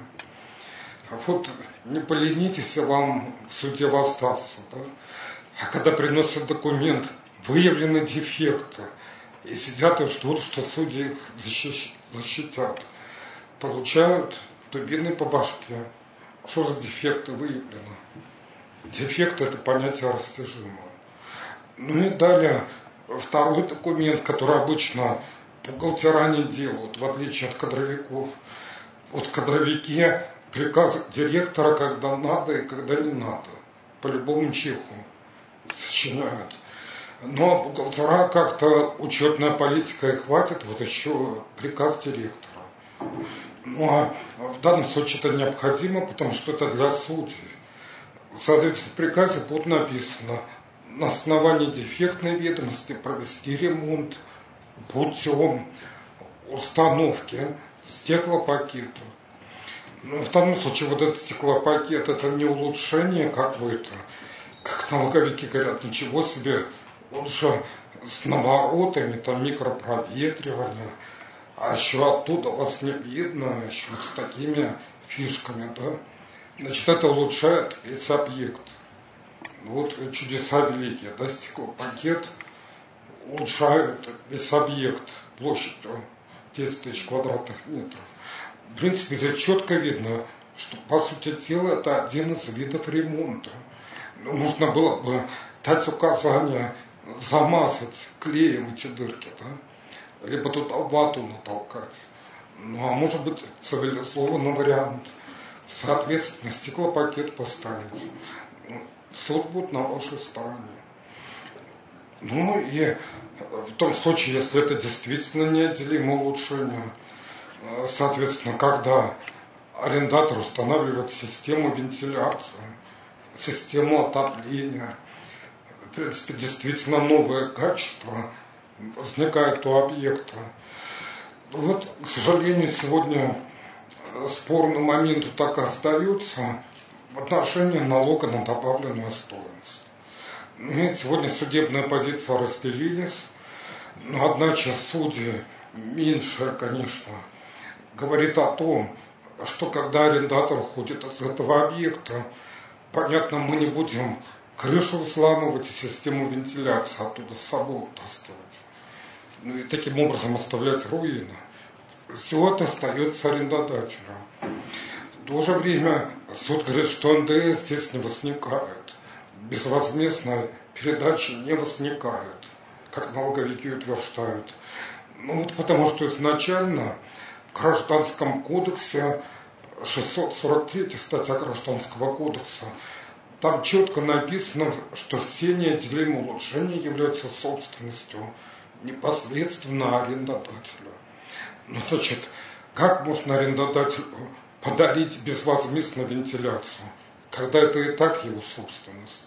А вот не поленитесь, вам в суде воздастся. Да? А когда приносят документ, выявлены дефекты, и сидят и ждут, что судьи их защитят, получают дубиной по башке. Что за дефекты выявлены? Дефект – это понятие растяжимое. Ну и далее второй документ, который обычно бухгалтера не делают, в отличие от кадровиков. Вот кадровики приказ директора, когда надо и когда не надо, по любому чеху сочиняют. Но бухгалтера как-то учетная политика и хватит, вот еще приказ директора. Ну а в данном случае это необходимо, потому что это для судей. Соответственно, в приказе будет написано: на основании дефектной ведомости провести ремонт путем установки стеклопакета. Но в данном случае вот этот стеклопакет – это не улучшение какое-то, как налоговики говорят, ничего себе, лучше с наворотами, там микропроветривание, а еще оттуда вас не видно, еще с такими фишками, да. Значит, это улучшает весь объект. Вот чудеса великие, да, стеклопакет улучшает весь объект площадью 10 тысяч квадратных метров. В принципе, здесь четко видно, что, по сути дела, это один из видов ремонта. Но нужно было бы дать указание замазать клеем эти дырки, да? Либо туда вату натолкать. Ну, а может быть, цивилизованный вариант. Соответственно, стеклопакет поставить. Суд будет на вашей стороне. Ну и в том случае, если это действительно неотделимое улучшение, соответственно, когда арендатор устанавливает систему вентиляции, систему отопления, в принципе, действительно новое качество возникает у объекта. Вот, к сожалению, сегодня спорный момент так и остается в отношении налога на добавленную стоимость. И сегодня судебная позиция разделились, но одна часть судей, меньшая, конечно, говорит о том, что когда арендатор уходит из этого объекта, понятно, мы не будем крышу взламывать и систему вентиляции оттуда с собой утаскивать. Ну и таким образом оставлять руины. Все это остается арендодателю. В то же время суд говорит, что НДС здесь не возникает. Безвозмездной передачи не возникает, как налоговики утверждают. Ну вот потому что изначально в Гражданском кодексе 643 статья Гражданского кодекса, там четко написано, что все неотделимые улучшения являются собственностью непосредственно арендодателя. Ну, значит, как можно арендодателю подарить безвозмездную вентиляцию, когда это и так его собственность?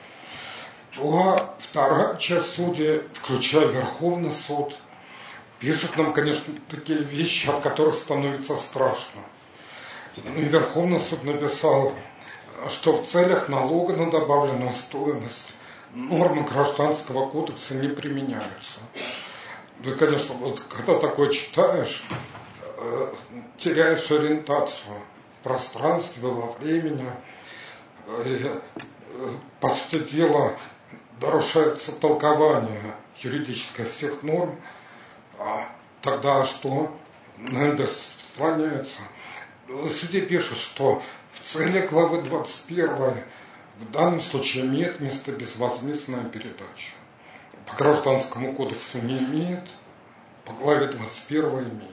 А вторая часть судей, включая Верховный суд, пишет нам, конечно, такие вещи, от которых становится страшно. И Верховный суд написал, что в целях налога на добавленную стоимость нормы Гражданского кодекса не применяются. Да, конечно, вот когда такое читаешь, теряешь ориентацию в пространстве, во времени, и, по сути дела, нарушается толкование юридическое всех норм, а тогда что? НДС распространяется. Судья пишет, что в целях главы 21 в данном случае имеет место безвозмездная передача. По Гражданскому кодексу не имеет, по главе 21 имеет.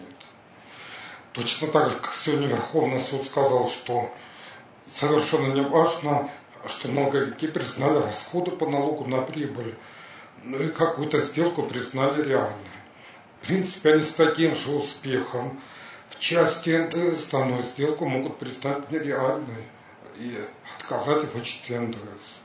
Точно так же, как сегодня Верховный суд сказал, что совершенно не важно, что налоговики признали расходы по налогу на прибыль, ну и какую-то сделку признали реальной. В принципе, они с таким же успехом в части НДС данную сделку могут признать нереальной и отказать в вычете НДС.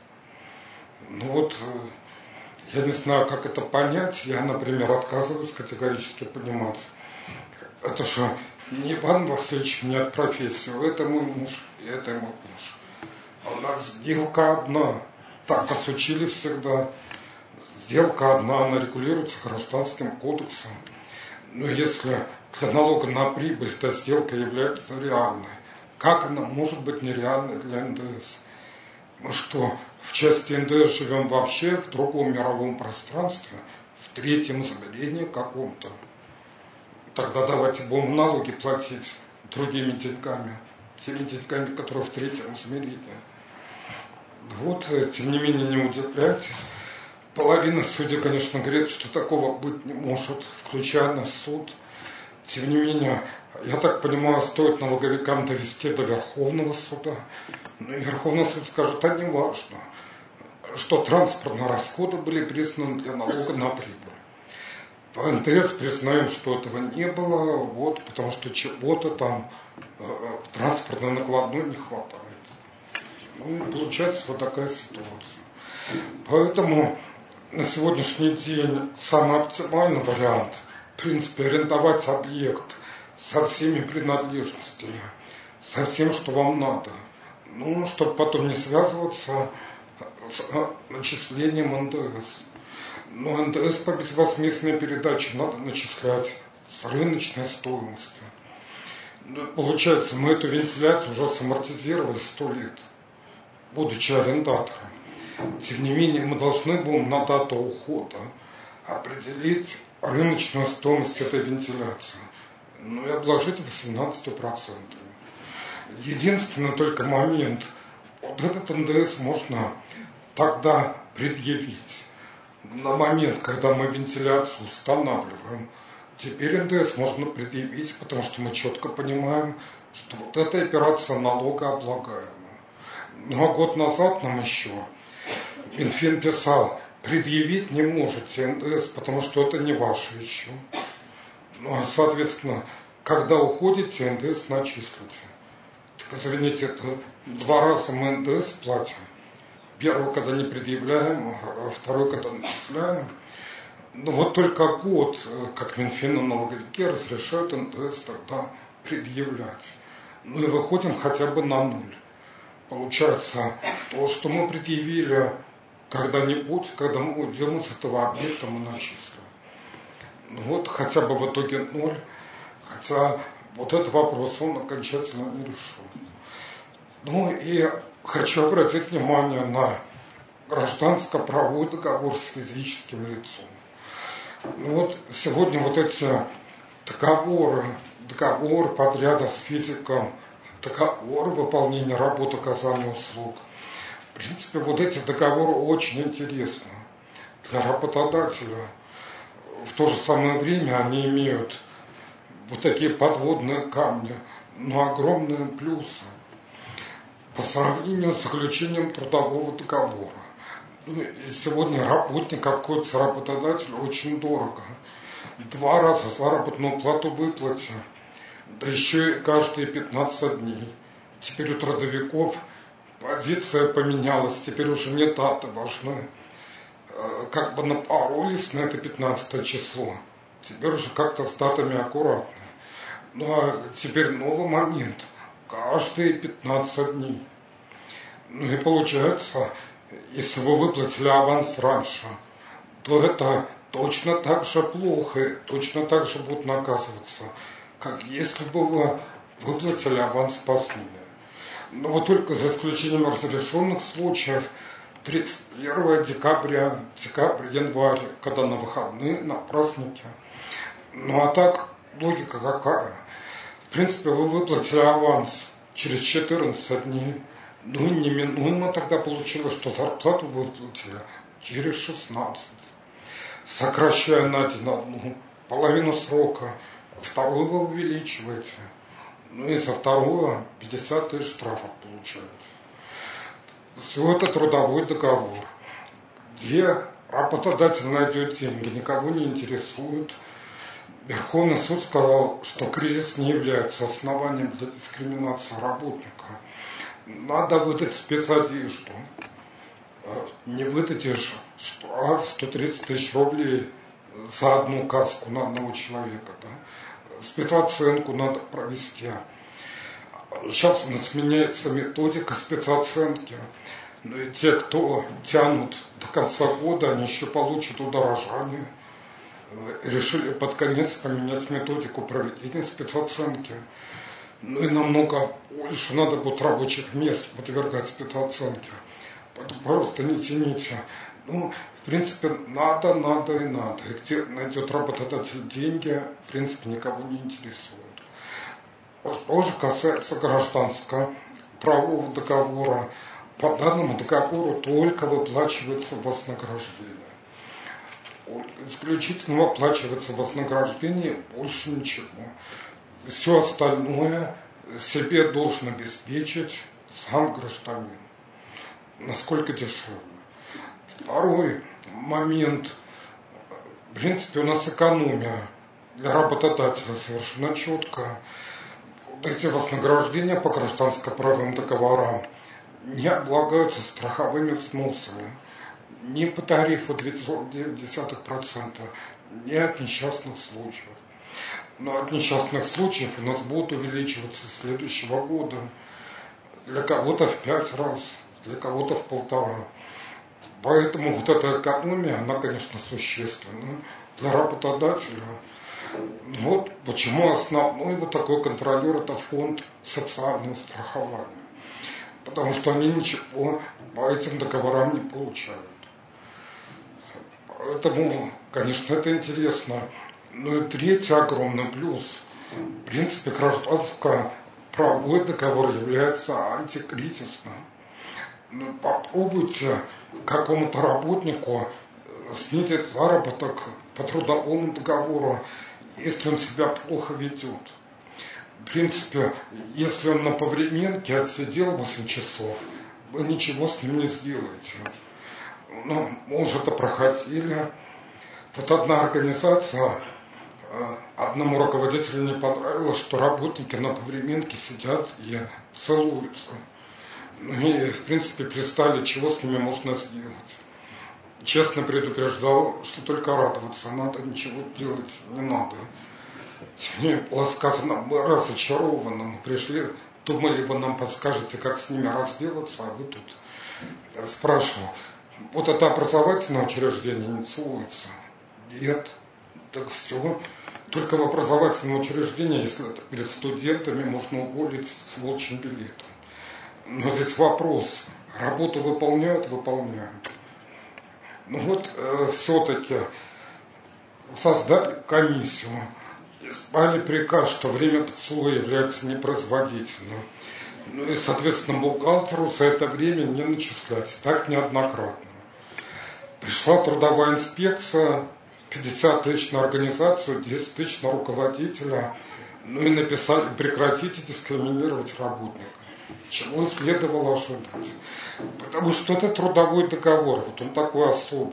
Ну вот, я не знаю, как это понять. Я, например, отказываюсь категорически понимать. Это же не Иван Васильевич меняет профессию. Это мой муж, и это мой муж. А у нас сделка одна. Так нас учили всегда. Сделка одна, она регулируется Гражданским кодексом. Но если для налога на прибыль эта сделка является реальной, как она может быть нереальной для НДС? Мы что, в части НДС живем вообще в другом мировом пространстве, в третьем измерении каком-то? Тогда давайте будем налоги платить другими деньгами, теми деньгами, которые в третьем измерении. Вот, тем не менее, не удивляйтесь. Половина судей, конечно, говорит, что такого быть не может, включая на суд. Тем не менее, я так понимаю, стоит налоговикам довести до Верховного суда. Но и Верховный суд скажет, а не важно, что транспортные расходы были признаны для налога на прибыль. По НДС признаем, что этого не было, вот, потому что чего-то там в транспортной накладной не хватает. Ну, и получается вот такая ситуация. Поэтому на сегодняшний день самый оптимальный вариант, в принципе, арендовать объект со всеми принадлежностями, со всем, что вам надо. Ну, чтобы потом не связываться с начислением НДС. Но НДС по безвозмездной передаче надо начислять с рыночной стоимостью. Получается, мы эту вентиляцию уже самортизировали 100 лет, будучи арендатором. Тем не менее, мы должны будем на дату ухода определить рыночную стоимость этой вентиляции. Ну и обложить 18%. Единственный только момент, вот этот НДС можно тогда предъявить. На момент, когда мы вентиляцию устанавливаем, теперь НДС можно предъявить, потому что мы четко понимаем, что вот эта операция налогооблагаемая. Ну а год назад нам еще Минфин писал, предъявить не можете НДС, потому что это не ваше еще. Ну а соответственно, когда уходите, НДС начислите. Так извините, это 2 раза мы НДС платим. Первый, когда не предъявляем, а второй, когда начисляем. Ну вот только год, как Минфин и налоговики разрешают НДС тогда предъявлять. Ну и выходим хотя бы на 0. Получается, то, что мы предъявили когда-нибудь, когда мы уйдем из этого объекта, мы начислим. Ну вот хотя бы в итоге 0. Хотя вот этот вопрос он окончательно не решен. Ну и хочу обратить внимание на гражданско-правовой договор с физическим лицом. Ну вот сегодня вот эти договор подряда с физиком, договор выполнения работы, оказания услуг. В принципе, вот эти договоры очень интересны для работодателя. В то же самое время они имеют вот такие подводные камни, но огромные плюсы по сравнению с заключением трудового договора. Ну, и сегодня работник обходится работодателю очень дорого. 2 раза заработную плату выплате, да еще и каждые 15 дней. Теперь у трудовиков позиция поменялась, теперь уже не даты важны. Как бы напоролись на это 15 число, теперь уже как-то с датами аккуратно. Ну а теперь новый момент, каждые 15 дней. Ну и получается, если вы выплатили аванс раньше, то это точно так же плохо, и точно так же будут наказываться, как если бы вы выплатили аванс позднее. Но вот только за исключением разрешенных случаев 31 декабря, январь, когда на выходные, на праздники. Ну а так, логика какая? В принципе, вы выплатили аванс через 14 дней. Ну и неминуемо тогда получилось, что зарплату выплатили через 16. Сокращая на день одну половину срока, вторую вы увеличиваете. Ну и за вторую 50 тысяч штрафов получается. Все это трудовой договор, где работодатель найдет деньги, никого не интересует. Верховный суд сказал, что кризис не является основанием для дискриминации работника. Надо выдать спецодежду. Не выдадишь штраф 130 тысяч рублей за одну каску на одного человека. Да? Спецоценку надо провести. Сейчас у нас меняется методика спецоценки. Ну и те, кто тянут до конца года, они еще получат удорожание. Решили под конец поменять методику проведения спецоценки. Ну и намного больше надо будет рабочих мест подвергать спецоценке. Поэтому, пожалуйста, не тяните. Ну, в принципе, надо. И где найдет работодатель деньги, в принципе, никого не интересует. Что же касается гражданского правового договора, по данному договору только выплачивается вознаграждение. Исключительно выплачивается вознаграждение, больше ничего. Все остальное себе должен обеспечить сам гражданин. Насколько дешевле. Второй момент. В принципе, у нас экономия для работодателя совершенно четкая. Эти вознаграждения по гражданско-правовым договорам не облагаются страховыми взносами. Ни по тарифу 2,9%, ни от несчастных случаев. Но от несчастных случаев у нас будут увеличиваться с следующего года. Для кого-то в 5 раз, для кого-то в 1,5. Поэтому вот эта экономия, она, конечно, существенна для работодателя. Вот почему основной вот такой контролер – это фонд социального страхования. Потому что они ничего по этим договорам не получают. Поэтому, конечно, это интересно. Ну и третий огромный плюс. В принципе, гражданско-правовой договор является антикризисным. Ну, попробуйте какому-то работнику снизить заработок по трудовому договору, если он себя плохо ведет. В принципе, если он на повременке отсидел 8 часов, вы ничего с ним не сделаете. Ну, мы уже это проходили. Вот одна организация, одному руководителю не понравилось, что работники на повременке сидят и целуются. И, в принципе, пристали, чего с ними можно сделать. Честно предупреждал, что только радоваться надо, ничего делать не надо. Мне было сказано, мы разочарованы, мы пришли, думали, вы нам подскажете, как с ними разделаться, а вы тут. Я спрашивал, вот это образовательное учреждение не целуется? Нет, так все. Только в образовательном учреждении, если это перед студентами, можно уволить с волчьим билетом. Но здесь вопрос, работу выполняют? Ну вот все-таки создали комиссию, издали приказ, что время поцелуя является непроизводительным. Ну и, соответственно, бухгалтеру за это время не начислять. Так неоднократно. Пришла трудовая инспекция, 50 тысяч на организацию, 10 тысяч на руководителя. Ну и написали, прекратите дискриминировать работника. Чего следовало ожидать? Потому что это трудовой договор, вот он такой особый.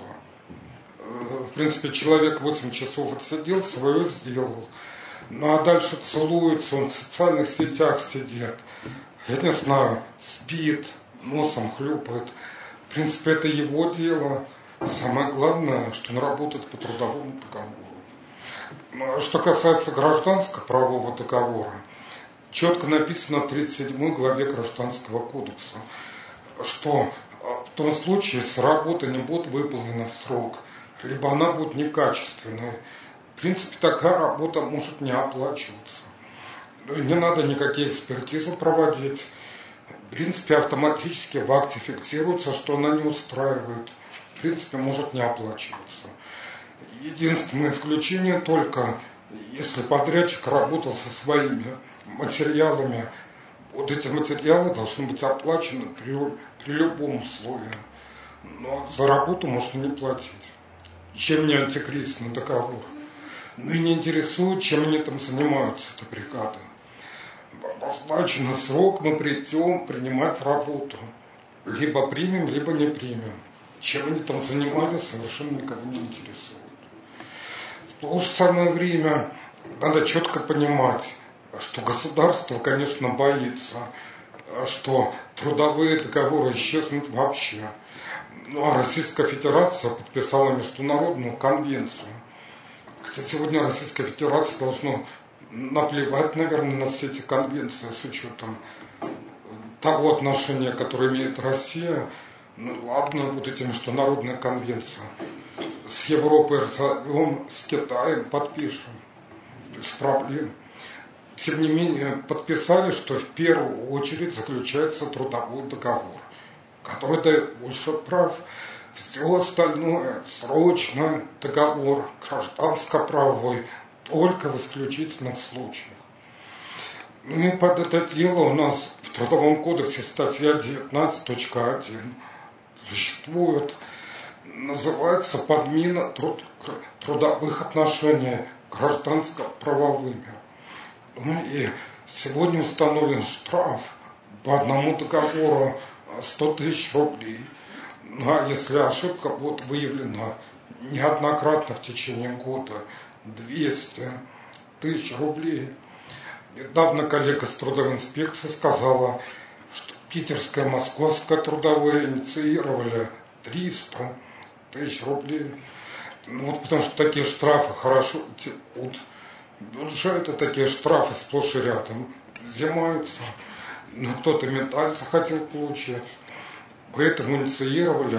В принципе, человек 8 часов отсидел, свое сделал. Ну а дальше целуется, он в социальных сетях сидит. Я не знаю, спит, носом хлюпает. В принципе, это его дело. Самое главное, что он работает по трудовому договору. Что касается гражданско-правового договора, четко написано в 37 главе Гражданского кодекса, что в том случае, если работа не будет выполнена в срок, либо она будет некачественной, в принципе, такая работа может не оплачиваться. Не надо никакие экспертизы проводить. В принципе, автоматически в акте фиксируется, что она не устраивает. В принципе, может не оплачиваться. Единственное исключение только, если подрядчик работал со своими материалами, вот эти материалы должны быть оплачены при любом условии. Но за работу можно не платить. Чем не антикризисный договор? Ну и не интересует, чем они там занимаются, эта бригада. В обозначенный срок мы придем принимать работу. Либо примем, либо не примем. Чем они там занимались, совершенно никого не интересует. В то же самое время надо четко понимать, что государство, конечно, боится, что трудовые договоры исчезнут вообще. Ну а Российская Федерация подписала международную конвенцию. Хотя сегодня Российская Федерация должна наплевать, наверное, на все эти конвенции с учетом того отношения, которое имеет Россия. Ну ладно, вот эти международные конвенции. С Европой разовьем, с Китаем подпишем. Без проблем. Тем не менее, подписали, что в первую очередь заключается трудовой договор, который дает больше прав. Все остальное, срочный договор, гражданско-правовой, только в исключительных случаях. Ну и под это дело у нас в Трудовом кодексе статья 19.1 существует, называется подмена трудовых отношений гражданско-правовыми. Ну и сегодня установлен штраф по одному договору 100 тысяч рублей. Ну а если ошибка будет выявлена неоднократно в течение года, 200 тысяч рублей. Недавно коллега с трудовой инспекции сказала, что питерская и московская трудовые инициировали 300 тысяч рублей. Ну вот потому что такие штрафы хорошо текут. Бюджеты, такие штрафы сплошь и рядом взимаются. Но кто-то медаль захотел получить. Поэтому инициировали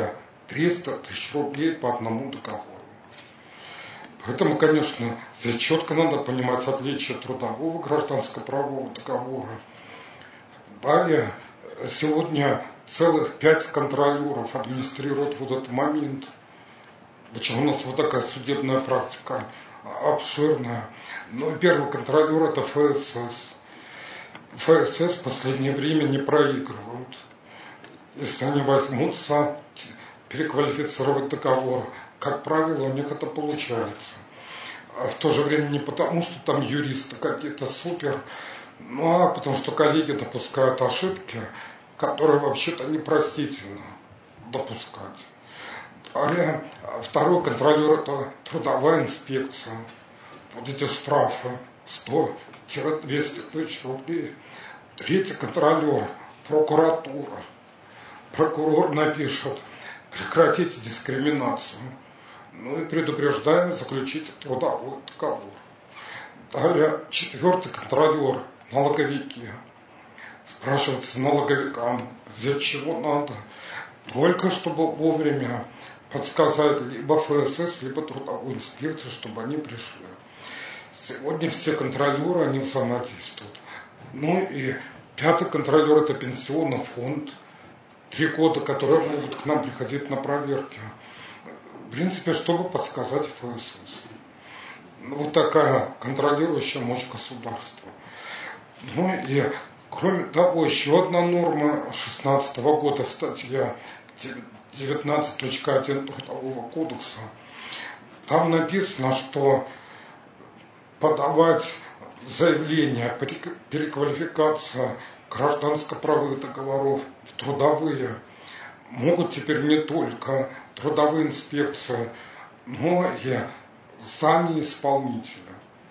300 тысяч рублей по одному договору. Поэтому, конечно, здесь четко надо понимать отличие трудового гражданско-правового договора. Далее, сегодня целых 5 контролеров администрируют вот этот момент. Почему у нас вот такая судебная практика обширная. Ну, первый контролер – это ФСС. ФСС в последнее время не проигрывают. Если они возьмутся переквалифицировать договор, как правило, у них это получается. А в то же время не потому, что там юристы какие-то супер, ну а потому что коллеги допускают ошибки, которые вообще-то непростительно допускать. Далее, второй контролер – это трудовая инспекция. Вот эти штрафы 100-200 тысяч рублей. Третий контролер – прокуратура. Прокурор напишет: прекратите дискриминацию. Ну и предупреждаем заключить трудовой договор. Далее, четвертый контролер – налоговики. Спрашивается налоговикам, для чего надо? Только чтобы вовремя подсказать либо ФСС, либо трудовую инспекцию, чтобы они пришли. Сегодня все контролеры, они взаимодействуют. Ну и пятый контролер – это пенсионный фонд. 3 года, которые могут к нам приходить на проверки. В принципе, чтобы подсказать ФСС. Ну, вот такая контролирующая мощь государства. Ну и, кроме того, еще одна норма 2016 года, статья 19.1 Трудового кодекса. Там написано, что подавать заявление о переквалификации гражданско-правовых договоров в трудовые могут теперь не только трудовые инспекции, но и сами исполнители.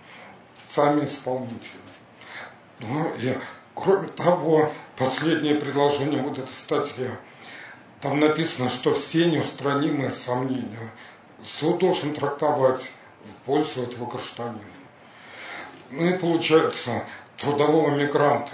Ну и, кроме того, последнее предложение вот этой статьи, там написано, что все неустранимые сомнения суд должен трактовать в пользу этого гражданина. Ну и получается, трудового мигранта,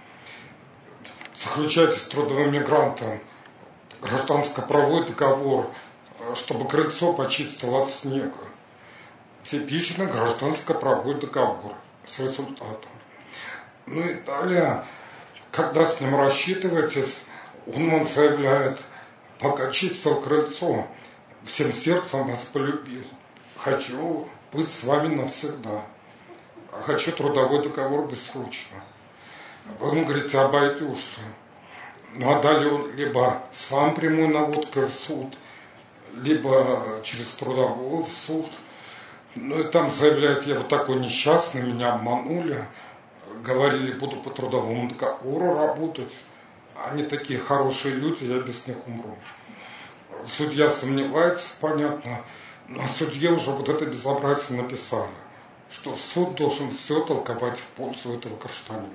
заключайте с трудовым мигрантом гражданско-правовой договор, чтобы крыльцо почистило от снега. Типичный гражданско-правовой договор с результатом. Ну и далее, когда с ним рассчитываетесь, он вам заявляет: пока чистил крыльцо, всем сердцем вас полюбил. Хочу быть с вами навсегда. Хочу трудовой договор бессрочно. Вы ему говорите: обойдешься. Ну а далее он либо сам прямой наводкой в суд, либо через трудовой в суд. Ну и там заявляет: я вот такой несчастный, меня обманули. Говорили, буду по трудовому договору работать. Они такие хорошие люди, я без них умру. Судья сомневается, понятно. Но судье уже вот это безобразие написали, что суд должен все толковать в пользу этого гражданина.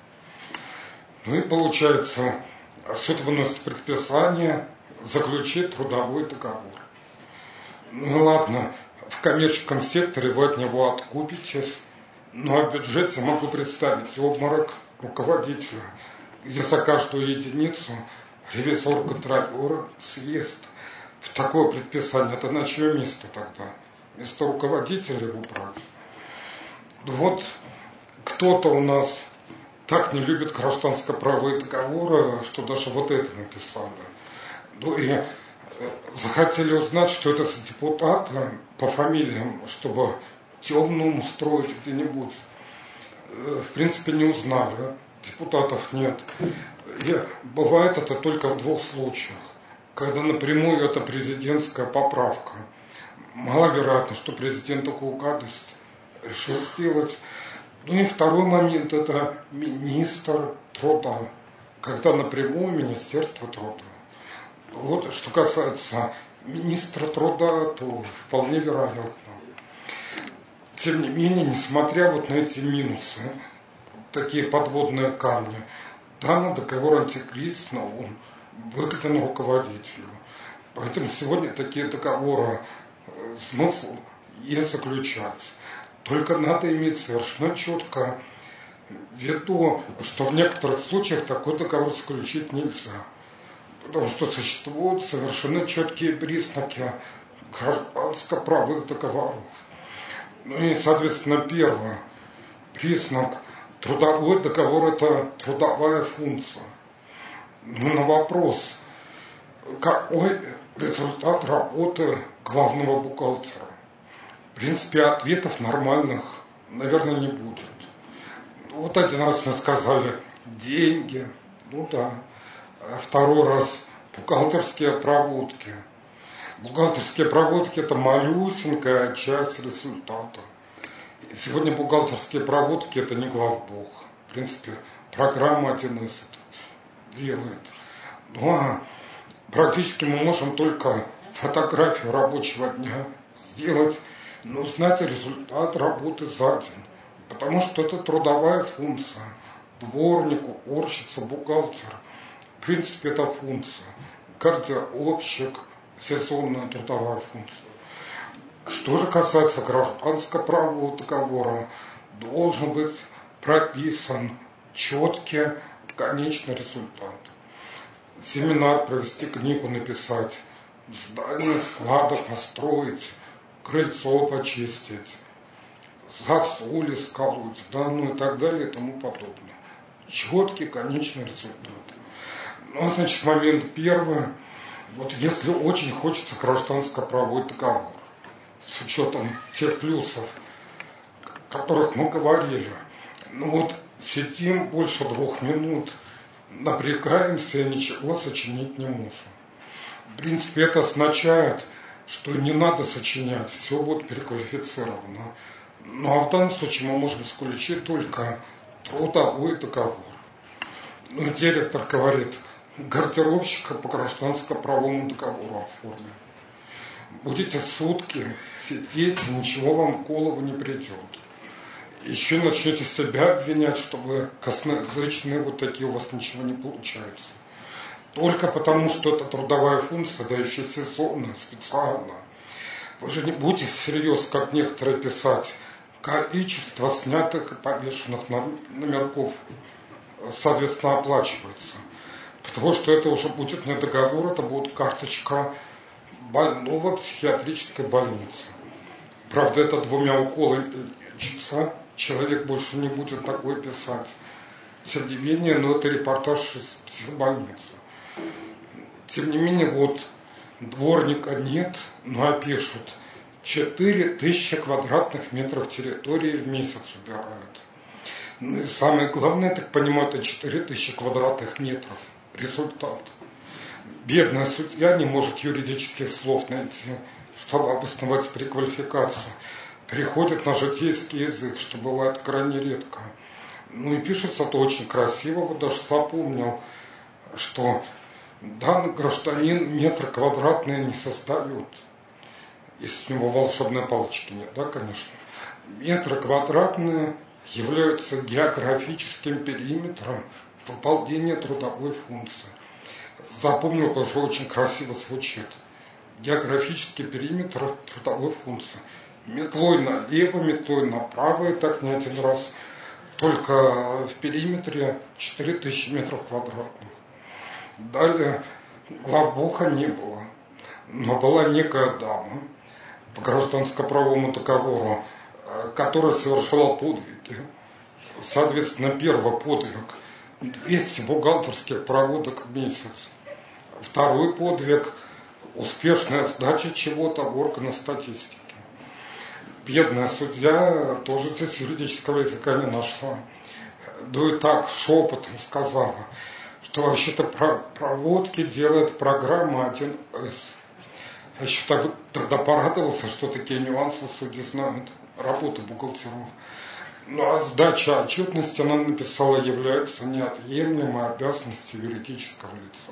Ну и получается, суд выносит предписание заключить трудовой договор. Ну ладно, в коммерческом секторе вы от него откупитесь, но о бюджете могу представить обморок руководителя, где за каждую единицу ревизор-контролер съест. В такое предписание, это на чье место тогда? Место руководителя его брать? Вот кто-то у нас так не любит гражданско-правовые договоры, что даже вот это написали. Ну и захотели узнать, что это за депутаты по фамилиям, чтобы темным устроить где-нибудь. В принципе, не узнали. Депутатов нет. И бывает это только в 2 случаях. Когда напрямую это президентская поправка. Маловероятно, что президент такую гадость решил сделать. Ну и второй момент – это министр труда. Когда напрямую Министерство труда. Вот что касается министра труда, то вполне вероятно. Тем не менее, несмотря вот на эти минусы, такие подводные камни, данный договор антикризисный, он выгоден руководителю. Поэтому сегодня такие договоры смысл и заключать. Только надо иметь совершенно четко в виду, что в некоторых случаях такой договор заключить нельзя. Потому что существуют совершенно четкие признаки гражданско-правовых договоров. Ну и, соответственно, первый признак – трудовой договор – это трудовая функция. Ну, на вопрос, какой результат работы главного бухгалтера? В принципе, ответов нормальных, наверное, не будет. Вот один раз мы сказали деньги, ну да. А второй раз бухгалтерские проводки. Бухгалтерские проводки – это малюсенькая часть результата. И сегодня бухгалтерские проводки – это не главбух. В принципе, программа 1С это делает. Ну а практически мы можем только фотографию рабочего дня сделать, но узнать результат работы за день. Потому что это трудовая функция. Дворник, уборщица, бухгалтер. В принципе, это функция. Кардиообщик, сезонная трудовая функция. Что же касается гражданско-правового договора, должен быть прописан четкий конечный результат. Семинар провести, книгу написать, здание склада построить, крыльцо почистить, засоли сколоть, да, ну и так далее и тому подобное. Четкий конечный результат. Ну, значит, момент первый. Вот если очень хочется гражданско-правовой договор, с учетом тех плюсов, о которых мы говорили, ну вот сидим больше 2 минут, напрягаемся и ничего сочинить не можем. В принципе, это означает, что не надо сочинять, все будет переквалифицировано. Ну а в данном случае мы можем исключить только трудовой договор. Ну и директор говорит, гардеробщика по гражданско-правовому договору оформим. Будете сутки сидеть, ничего вам в голову не придет. Еще начнете себя обвинять, что вы косноязычные, вот такие, у вас ничего не получается. Только потому, что это трудовая функция, да еще сезонная, специально. Вы же не будете всерьез, как некоторые, писать количество снятых и повешенных номерков, соответственно, оплачивается. Потому что это уже будет не договор, это будет карточка больного психиатрической больницы. Правда, это 2 уколами часа, человек больше не будет такое писать. Тем не менее, но это репортаж из психбольницы. Тем не менее, вот дворника нет, но опишут. 4000 квадратных метров территории в месяц убирают. Ну и самое главное, я так понимаю, это 4000 квадратных метров. Результат. Бедная судья не может юридических слов найти, чтобы обосновать переквалификацию. Переходит на житейский язык, что бывает крайне редко. Ну и пишется это очень красиво, вот даже запомнил, что данный гражданин метр квадратный не создает. Если у него волшебной палочки нет, да, конечно. Метры квадратные являются географическим периметром выполнения трудовой функции. Запомнил, потому что очень красиво звучит. Географический периметр трудовой функции. Метлой налево, метлой направо, и так не один раз. Только в периметре 4000 метров квадратных. Далее главбуха не было. Но была некая дама по гражданско-правовому договору, которая совершала подвиги. Соответственно, первый подвиг – 200 бухгалтерских проводок в месяц. Второй подвиг – успешная сдача чего-то в органы статистики. Бедная судья тоже здесь юридического языка не нашла. Да и так шепотом сказала, что вообще-то проводки делает программа 1С. Я еще тогда порадовался, что такие нюансы судьи знают, работы бухгалтеров. Ну а сдача отчетности, она написала, является неотъемлемой обязанностью юридического лица.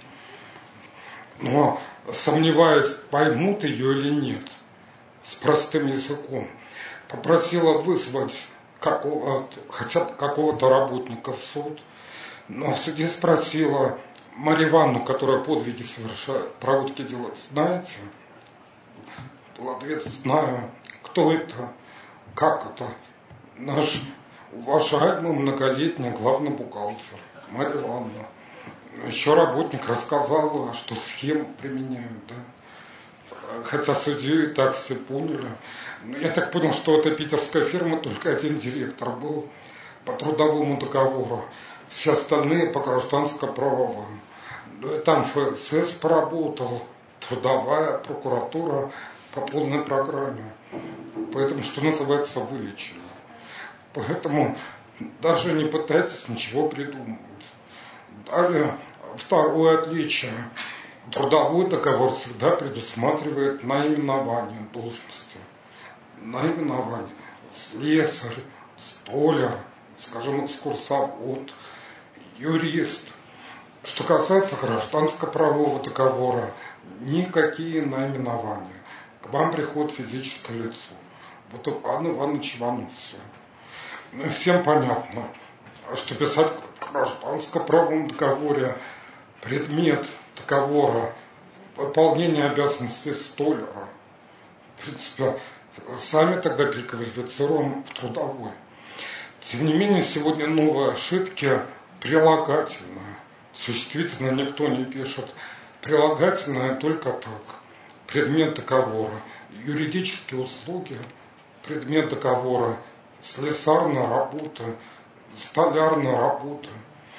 Но сомневаясь, поймут ее или нет, с простым языком, попросила вызвать хотя бы какого-то работника в суд, но в суде спросила Марию Ивановну, которая подвиги совершает, проводки делает, знаете? Был ответ, знаю. Кто это? Как это? Наш уважаемый многолетний главный бухгалтер Мария Ивановна. Еще работник рассказал, что схему применяют, да. Хотя судью и так все поняли. Но я так понял, что это питерская фирма, только один директор был по трудовому договору. Все остальные по гражданско-правовым. Ну и там ФСС поработал, трудовая прокуратура по полной программе. Поэтому, что называется, вылечено. Поэтому даже не пытайтесь ничего придумывать. Далее, второе отличие. Трудовой договор всегда предусматривает наименование должности. Наименование. Слесарь, столяр, скажем, экскурсовод, юрист. Что касается гражданско-правового договора, никакие наименования. К вам приходит физическое лицо. Вот Иван Иванович Иванов, все. Ну и всем понятно, что писать в гражданско-правовом договоре предмет договора выполнение обязанностей столяра. В принципе, сами тогда переквалифицируем в трудовой. Тем не менее, сегодня новые ошибки прилагательные. Существительное никто не пишет. Прилагательное только так. Предмет договора. Юридические услуги. Предмет договора. Слесарная работа. Столярная работа.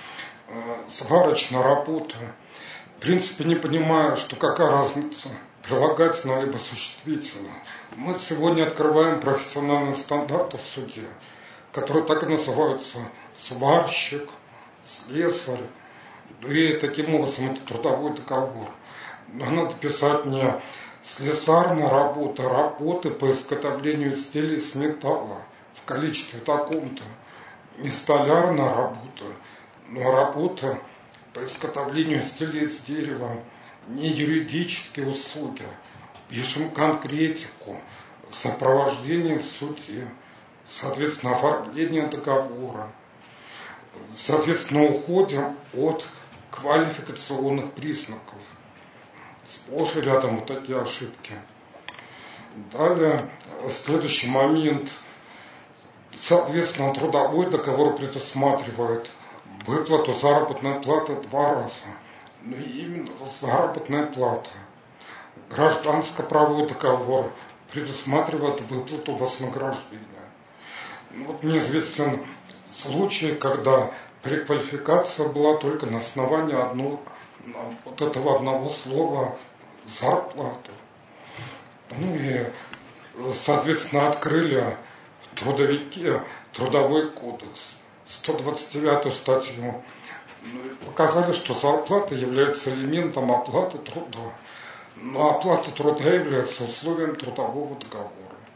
Сварочная работа. В принципе, не понимаю, что какая разница. Прилагательное либо существительное. Мы сегодня открываем профессиональные стандарты в суде, которые так и называются: сварщик, слесарь. И таким образом это трудовой договор. Но надо писать не слесарная работа, работы по изготовлению изделий из металла в количестве таком-то. Не столярная работа, но работа по изготовлению изделий из дерева. Не юридические услуги. Пишем конкретику, сопровождение в суде, соответственно, оформление договора. Соответственно, уходим от квалификационных признаков. Сплошь и рядом вот такие ошибки. Далее, следующий момент. Соответственно, трудовой договор предусматривает выплату заработной платы 2 раза. Но именно заработная плата. Гражданско-правовой договор предусматривает выплату вознаграждения. Вот мне известен случай, когда преквалификация была только на основании вот этого одного слова зарплата. Ну и, соответственно, открыли в трудовике Трудовой кодекс, 129 статью. Показали, что зарплата является элементом оплаты труда. Но оплата труда является условием трудового договора.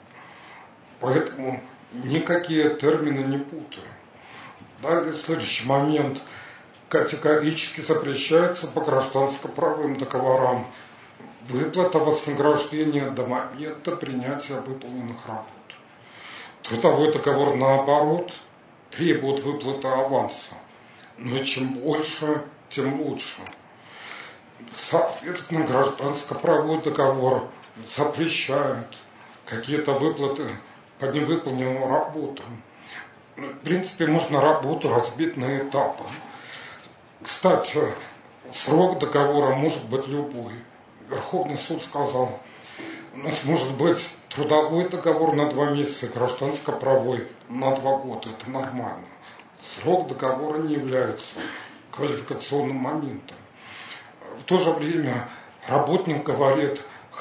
Поэтому никакие термины не путаю. Далее, следующий момент. Категорически запрещается по гражданско-правовым договорам выплата вознаграждения до момента принятия выполненных работ. Трудовой договор, наоборот, требует выплаты аванса. Но чем больше, тем лучше. Соответственно, гражданско-правовой договор запрещает какие-то выплаты по невыполненным работам. В принципе, можно работу разбить на этапы. Кстати, срок договора может быть любой. Верховный суд сказал, у нас может быть трудовой договор на 2 месяца, гражданско-правовой на 2 года. Это нормально. Срок договора не является квалификационным моментом. В то же время работник говорит,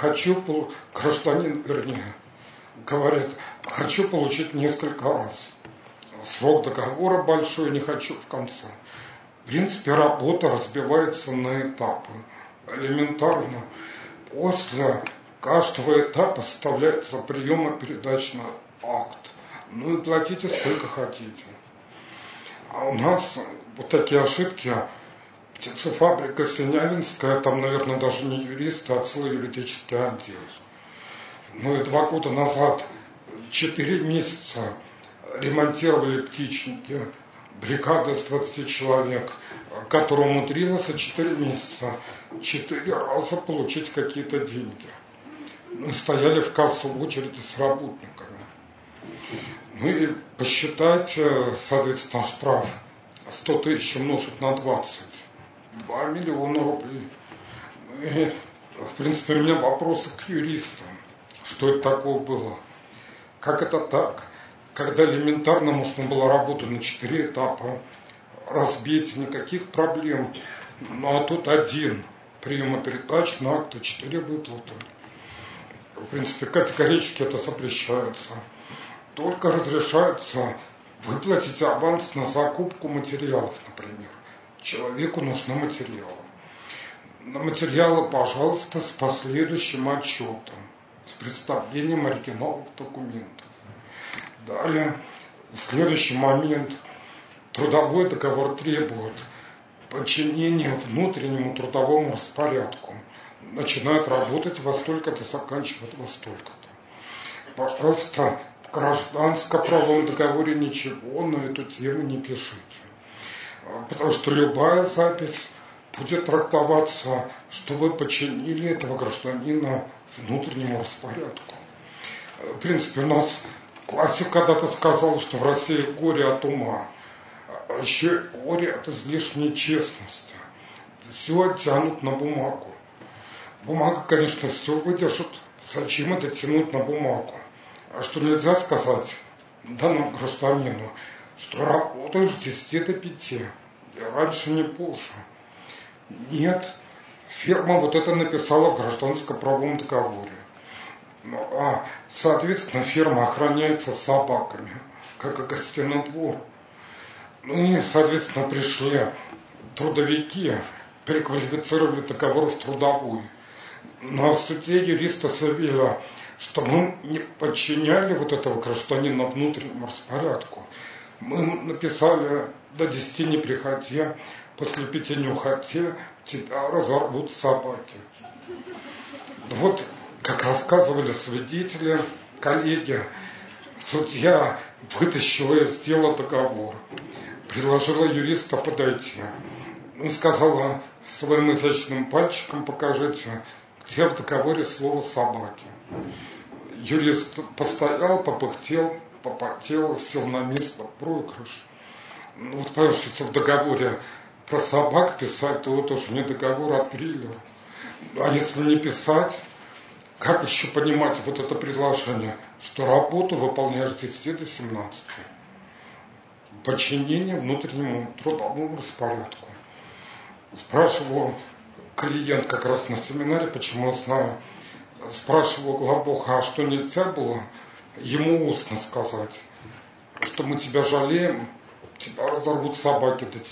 говорит, хочу получить несколько раз. Срок договора большой, не хочу в конце. В принципе, работа разбивается на этапы. Элементарно. После каждого этапа составляется приемо-передачный акт. Ну и платите сколько хотите. А у нас вот такие ошибки. Птицефабрика Синявинская, там, наверное, даже не юристы, а целый юридический отдел. Ну и 2 года назад 4 месяца ремонтировали птичники, бригада из 20 человек, которая умудрилась за 4 месяца 4 раза получить какие-то деньги. Ну и стояли в кассу в очереди с работниками. Ну и посчитайте, соответственно, штраф 100 тысяч умножить на 20. 2 миллиона рублей. И, в принципе, у меня вопросы к юристам. Что это такое было? Как это так? Когда элементарно можно было работать на 4 этапа, разбить, никаких проблем. Ну а тут один прием и передач на акты, 4 выплаты. В принципе, категорически это запрещается. Только разрешается выплатить аванс на закупку материалов, например. Человеку нужны материалы. На материалы, пожалуйста, с последующим отчетом, с представлением оригиналов документов. Далее, следующий момент. Трудовой договор требует подчинения внутреннему трудовому распорядку. Начинает работать во столько-то, заканчивает во столько-то. Пожалуйста, в гражданско-правовом договоре ничего на эту тему не пишите. Потому что любая запись будет трактоваться, что вы подчинили этого гражданина внутреннему распорядку. В принципе, у нас классик когда-то сказал, что в России горе от ума, а еще горе от излишней честности. Все оттянут на бумагу. Бумага, конечно, все выдержит. Зачем это тянуть на бумагу? А что нельзя сказать данному гражданину, что работаешь с 10 до 5, и раньше, не позже. Нет, фирма вот это написала в гражданско-правовом договоре. Ну, а, соответственно, фирма охраняется собаками, как и гостиный двор. Ну и, соответственно, пришли трудовики, переквалифицировали договор в трудовой. Но в суде юриста заявили, что мы не подчиняли вот этого гражданина внутреннему распорядку. Мы написали: до 10 не приходи, после 5 не уходи, тебя разорвут собаки. Вот, как рассказывали свидетели, коллеги, судья вытащила из дела договор, предложила юриста подойти. Ну, сказала своим изящным пальчиком: покажите, где в договоре слово «собаки». Юрист постоял, попыхтел, попотел, сел на место, проигрыш. Ну, вот, понимаешь, если в договоре про собак писать, то это уже не договор, а триллер. А если не писать, как еще понимать вот это предложение, что работу выполняешь с 10 до 17? Подчинение внутреннему трудовому распорядку. Спрашивал клиент как раз на семинаре, почему я знаю, спрашивал главбуха, а что нельзя было ему устно сказать, что мы тебя жалеем, тебя разорвут собаки до 10.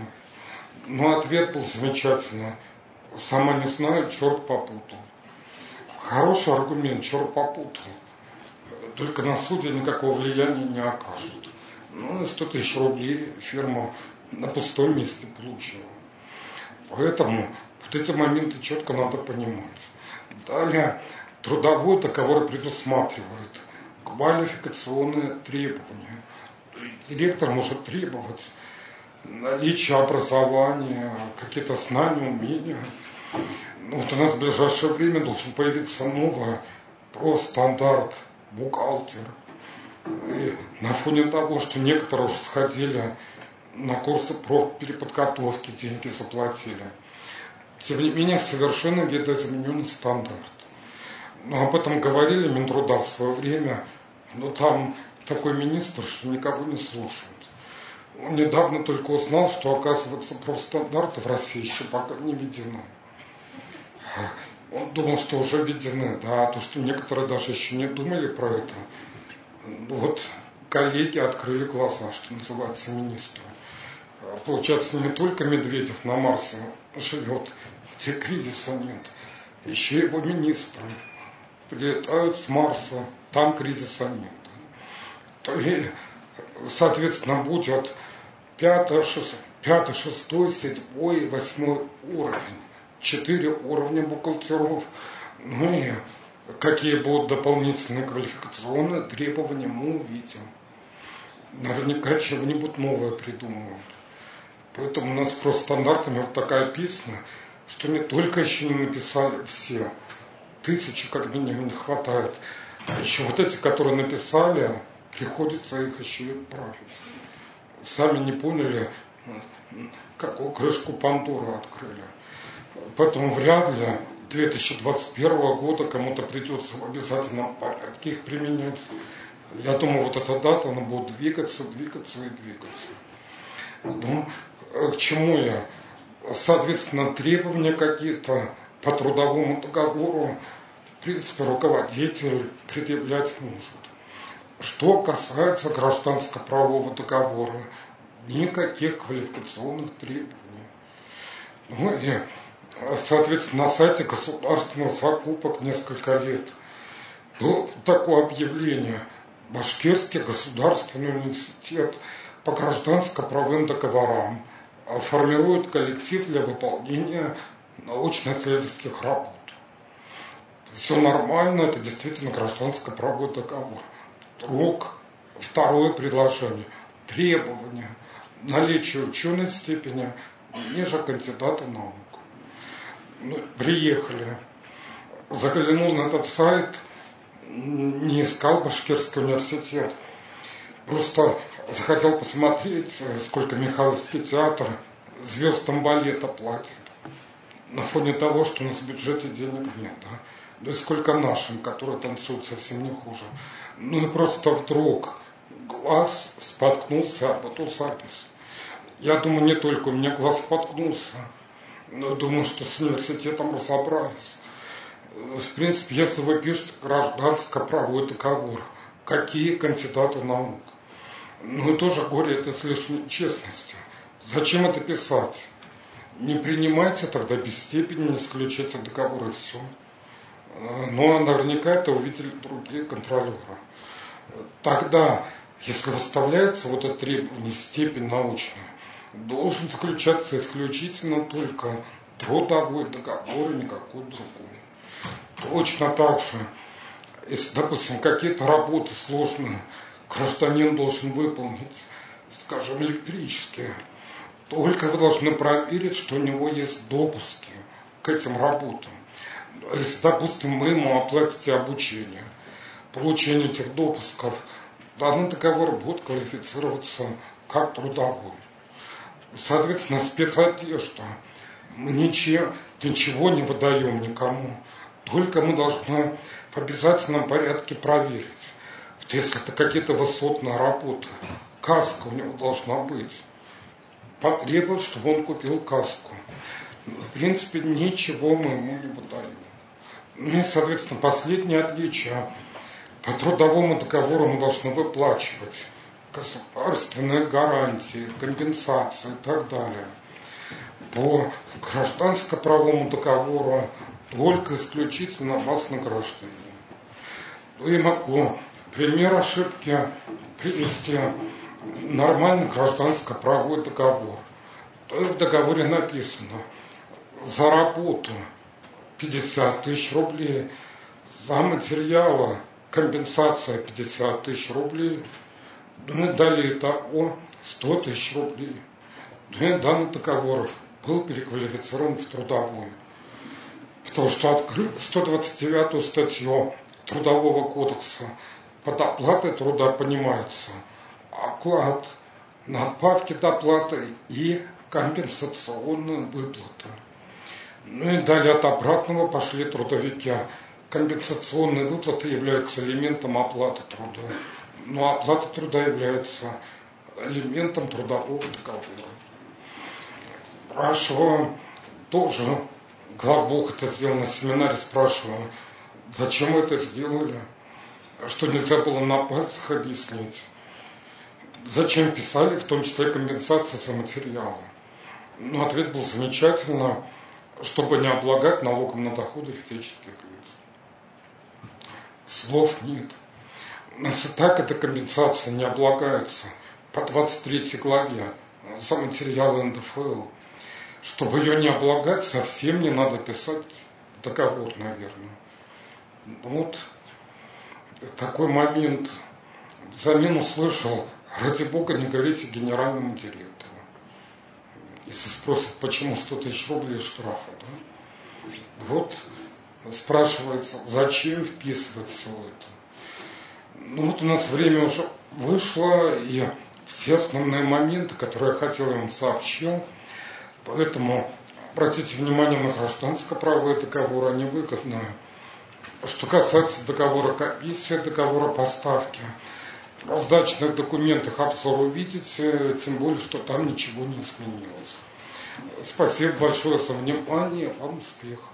Но ответ был замечательный: сама не знаю, черт попутал. Хороший аргумент, черт попутал. Только на суде никакого влияния не окажут. Ну и 100 тысяч рублей фирма на пустом месте получила. Поэтому вот эти моменты четко надо понимать. Далее, трудовой договор предусматривает квалификационные требования. Директор может требовать наличие образования, какие-то знания, умения. Ну, вот у нас в ближайшее время должен появиться новый профстандарт бухгалтер. И на фоне того, что некоторые уже сходили на курсы профпереподготовки, деньги заплатили, тем не менее совершенно видоизмененный стандарт. Но об этом говорили Минтруда в свое время, но там такой министр, что никого не слушает. Он недавно только узнал, что, оказывается, профстандарты в России еще пока не введены. Он думал, что уже введены, да, а то, что некоторые даже еще не думали про это. Вот коллеги открыли глаза, что называется, министру. Получается, не только Медведев на Марсе живет, где кризиса нет, еще его министры прилетают с Марса, там кризиса нет. То и, соответственно, будет 5, 6, 7, 8 уровень. 4 уровня бухгалтеров. Ну и какие будут дополнительные квалификационные требования, мы увидим. Наверняка чего-нибудь новое придумают. Поэтому у нас просто стандартами вот такая песня, что не только еще не написали все, 1000 как минимум не хватает, а еще вот эти, которые написали, приходится их еще и править. Сами не поняли, какую крышку Пандоры открыли. Поэтому вряд ли 2021 года кому-то придется в обязательном порядке их применять. Я думаю, вот эта дата, она будет двигаться и двигаться. Ну, к чему я? Соответственно, требования какие-то по трудовому договору, в принципе, руководитель предъявлять может. Что касается гражданско-правового договора, никаких квалификационных требований. Ну и, соответственно, на сайте государственных закупок несколько лет было такое объявление: Башкирский государственный университет по гражданско-правовым договорам формирует коллектив для выполнения научно-исследовательских работ. Все нормально, это действительно гражданско-правовой договор. Вдруг второе предложение: требования наличия ученой степени ниже кандидата наук. Ну, приехали, заглянул на этот сайт, не искал Башкирский университет, просто захотел посмотреть, сколько Михайловский театр звездам балета платит, на фоне того, что у нас в бюджете денег нет, да? Да и сколько нашим, которые танцуют совсем не хуже. Ну и просто вдруг глаз споткнулся об эту запись. Я думаю, не только у меня глаз споткнулся, но я думаю, что с университетом разобрались. В принципе, если вы пишете гражданско-правовой договор, какие кандидаты наук? Ну и тоже горе это с лишней честностью. Зачем это писать? Не принимайте тогда без степени, не исключайте договор и все. Но наверняка это увидели другие контролеры. Тогда, если выставляется вот это требование степень научная, должен заключаться исключительно только трудовой договор и никакой другой. Точно так же, если, допустим, какие-то работы сложные гражданин должен выполнить, скажем, электрические, только вы должны проверить, что у него есть допуски к этим работам. Если, допустим, вы ему оплатите обучение, получение этих допусков, данный договор будет квалифицироваться как трудовой. Соответственно, спецодежда. Мы ничего не выдаем никому. Только мы должны в обязательном порядке проверить. Вот если это какие-то высотные работы, каска у него должна быть. Потребовать, чтобы он купил каску. В принципе, ничего мы ему не выдаем. Ну и, соответственно, последнее отличие. По трудовому договору мы должны выплачивать государственные гарантии, компенсации и так далее. По гражданско-правовому договору только исключительно вас награждение. Ну и могу пример ошибки привести. Нормальный гражданско-правовой договор. То и в договоре написано: за работу 50 тысяч рублей, за материалы компенсация 50 тысяч рублей, ну и далее итого 100 тысяч рублей. Ну и данный договор был переквалифицирован в трудовую. Потому что открыт 129-ю статью Трудового кодекса под оплатой труда понимается оклад, надбавки доплаты и компенсационные выплаты. Ну и далее от обратного пошли трудовики. Компенсационные выплаты являются элементом оплаты труда. Но оплата труда является элементом трудового договора. Спрашиваю, тоже главбух это сделал на семинаре, спрашиваю, зачем вы это сделали? Что нельзя было на пальцах объяснить? Зачем писали, в том числе компенсация за материалы? Ну, ответ был замечательно, чтобы не облагать налогом на доходы физических лиц. Слов нет. У нас и так эта компенсация не облагается по 23 главе за материалы НДФЛ. Чтобы ее не облагать, совсем не надо писать договор, наверное. Вот такой момент. Взамен услышал: ради бога, не говорите генеральному директору. Если спросят, почему 100 тысяч рублей штрафа, да? Вот спрашивается, зачем вписывать все это? Ну вот у нас время уже вышло, и все основные моменты, которые я хотел вам сообщил. Поэтому обратите внимание на гражданско-правовые договоры, они выгодны. Что касается договора комиссии, договора поставки, в раздачных документах обзор увидите, тем более, что там ничего не изменилось. Спасибо большое за внимание, вам успехов.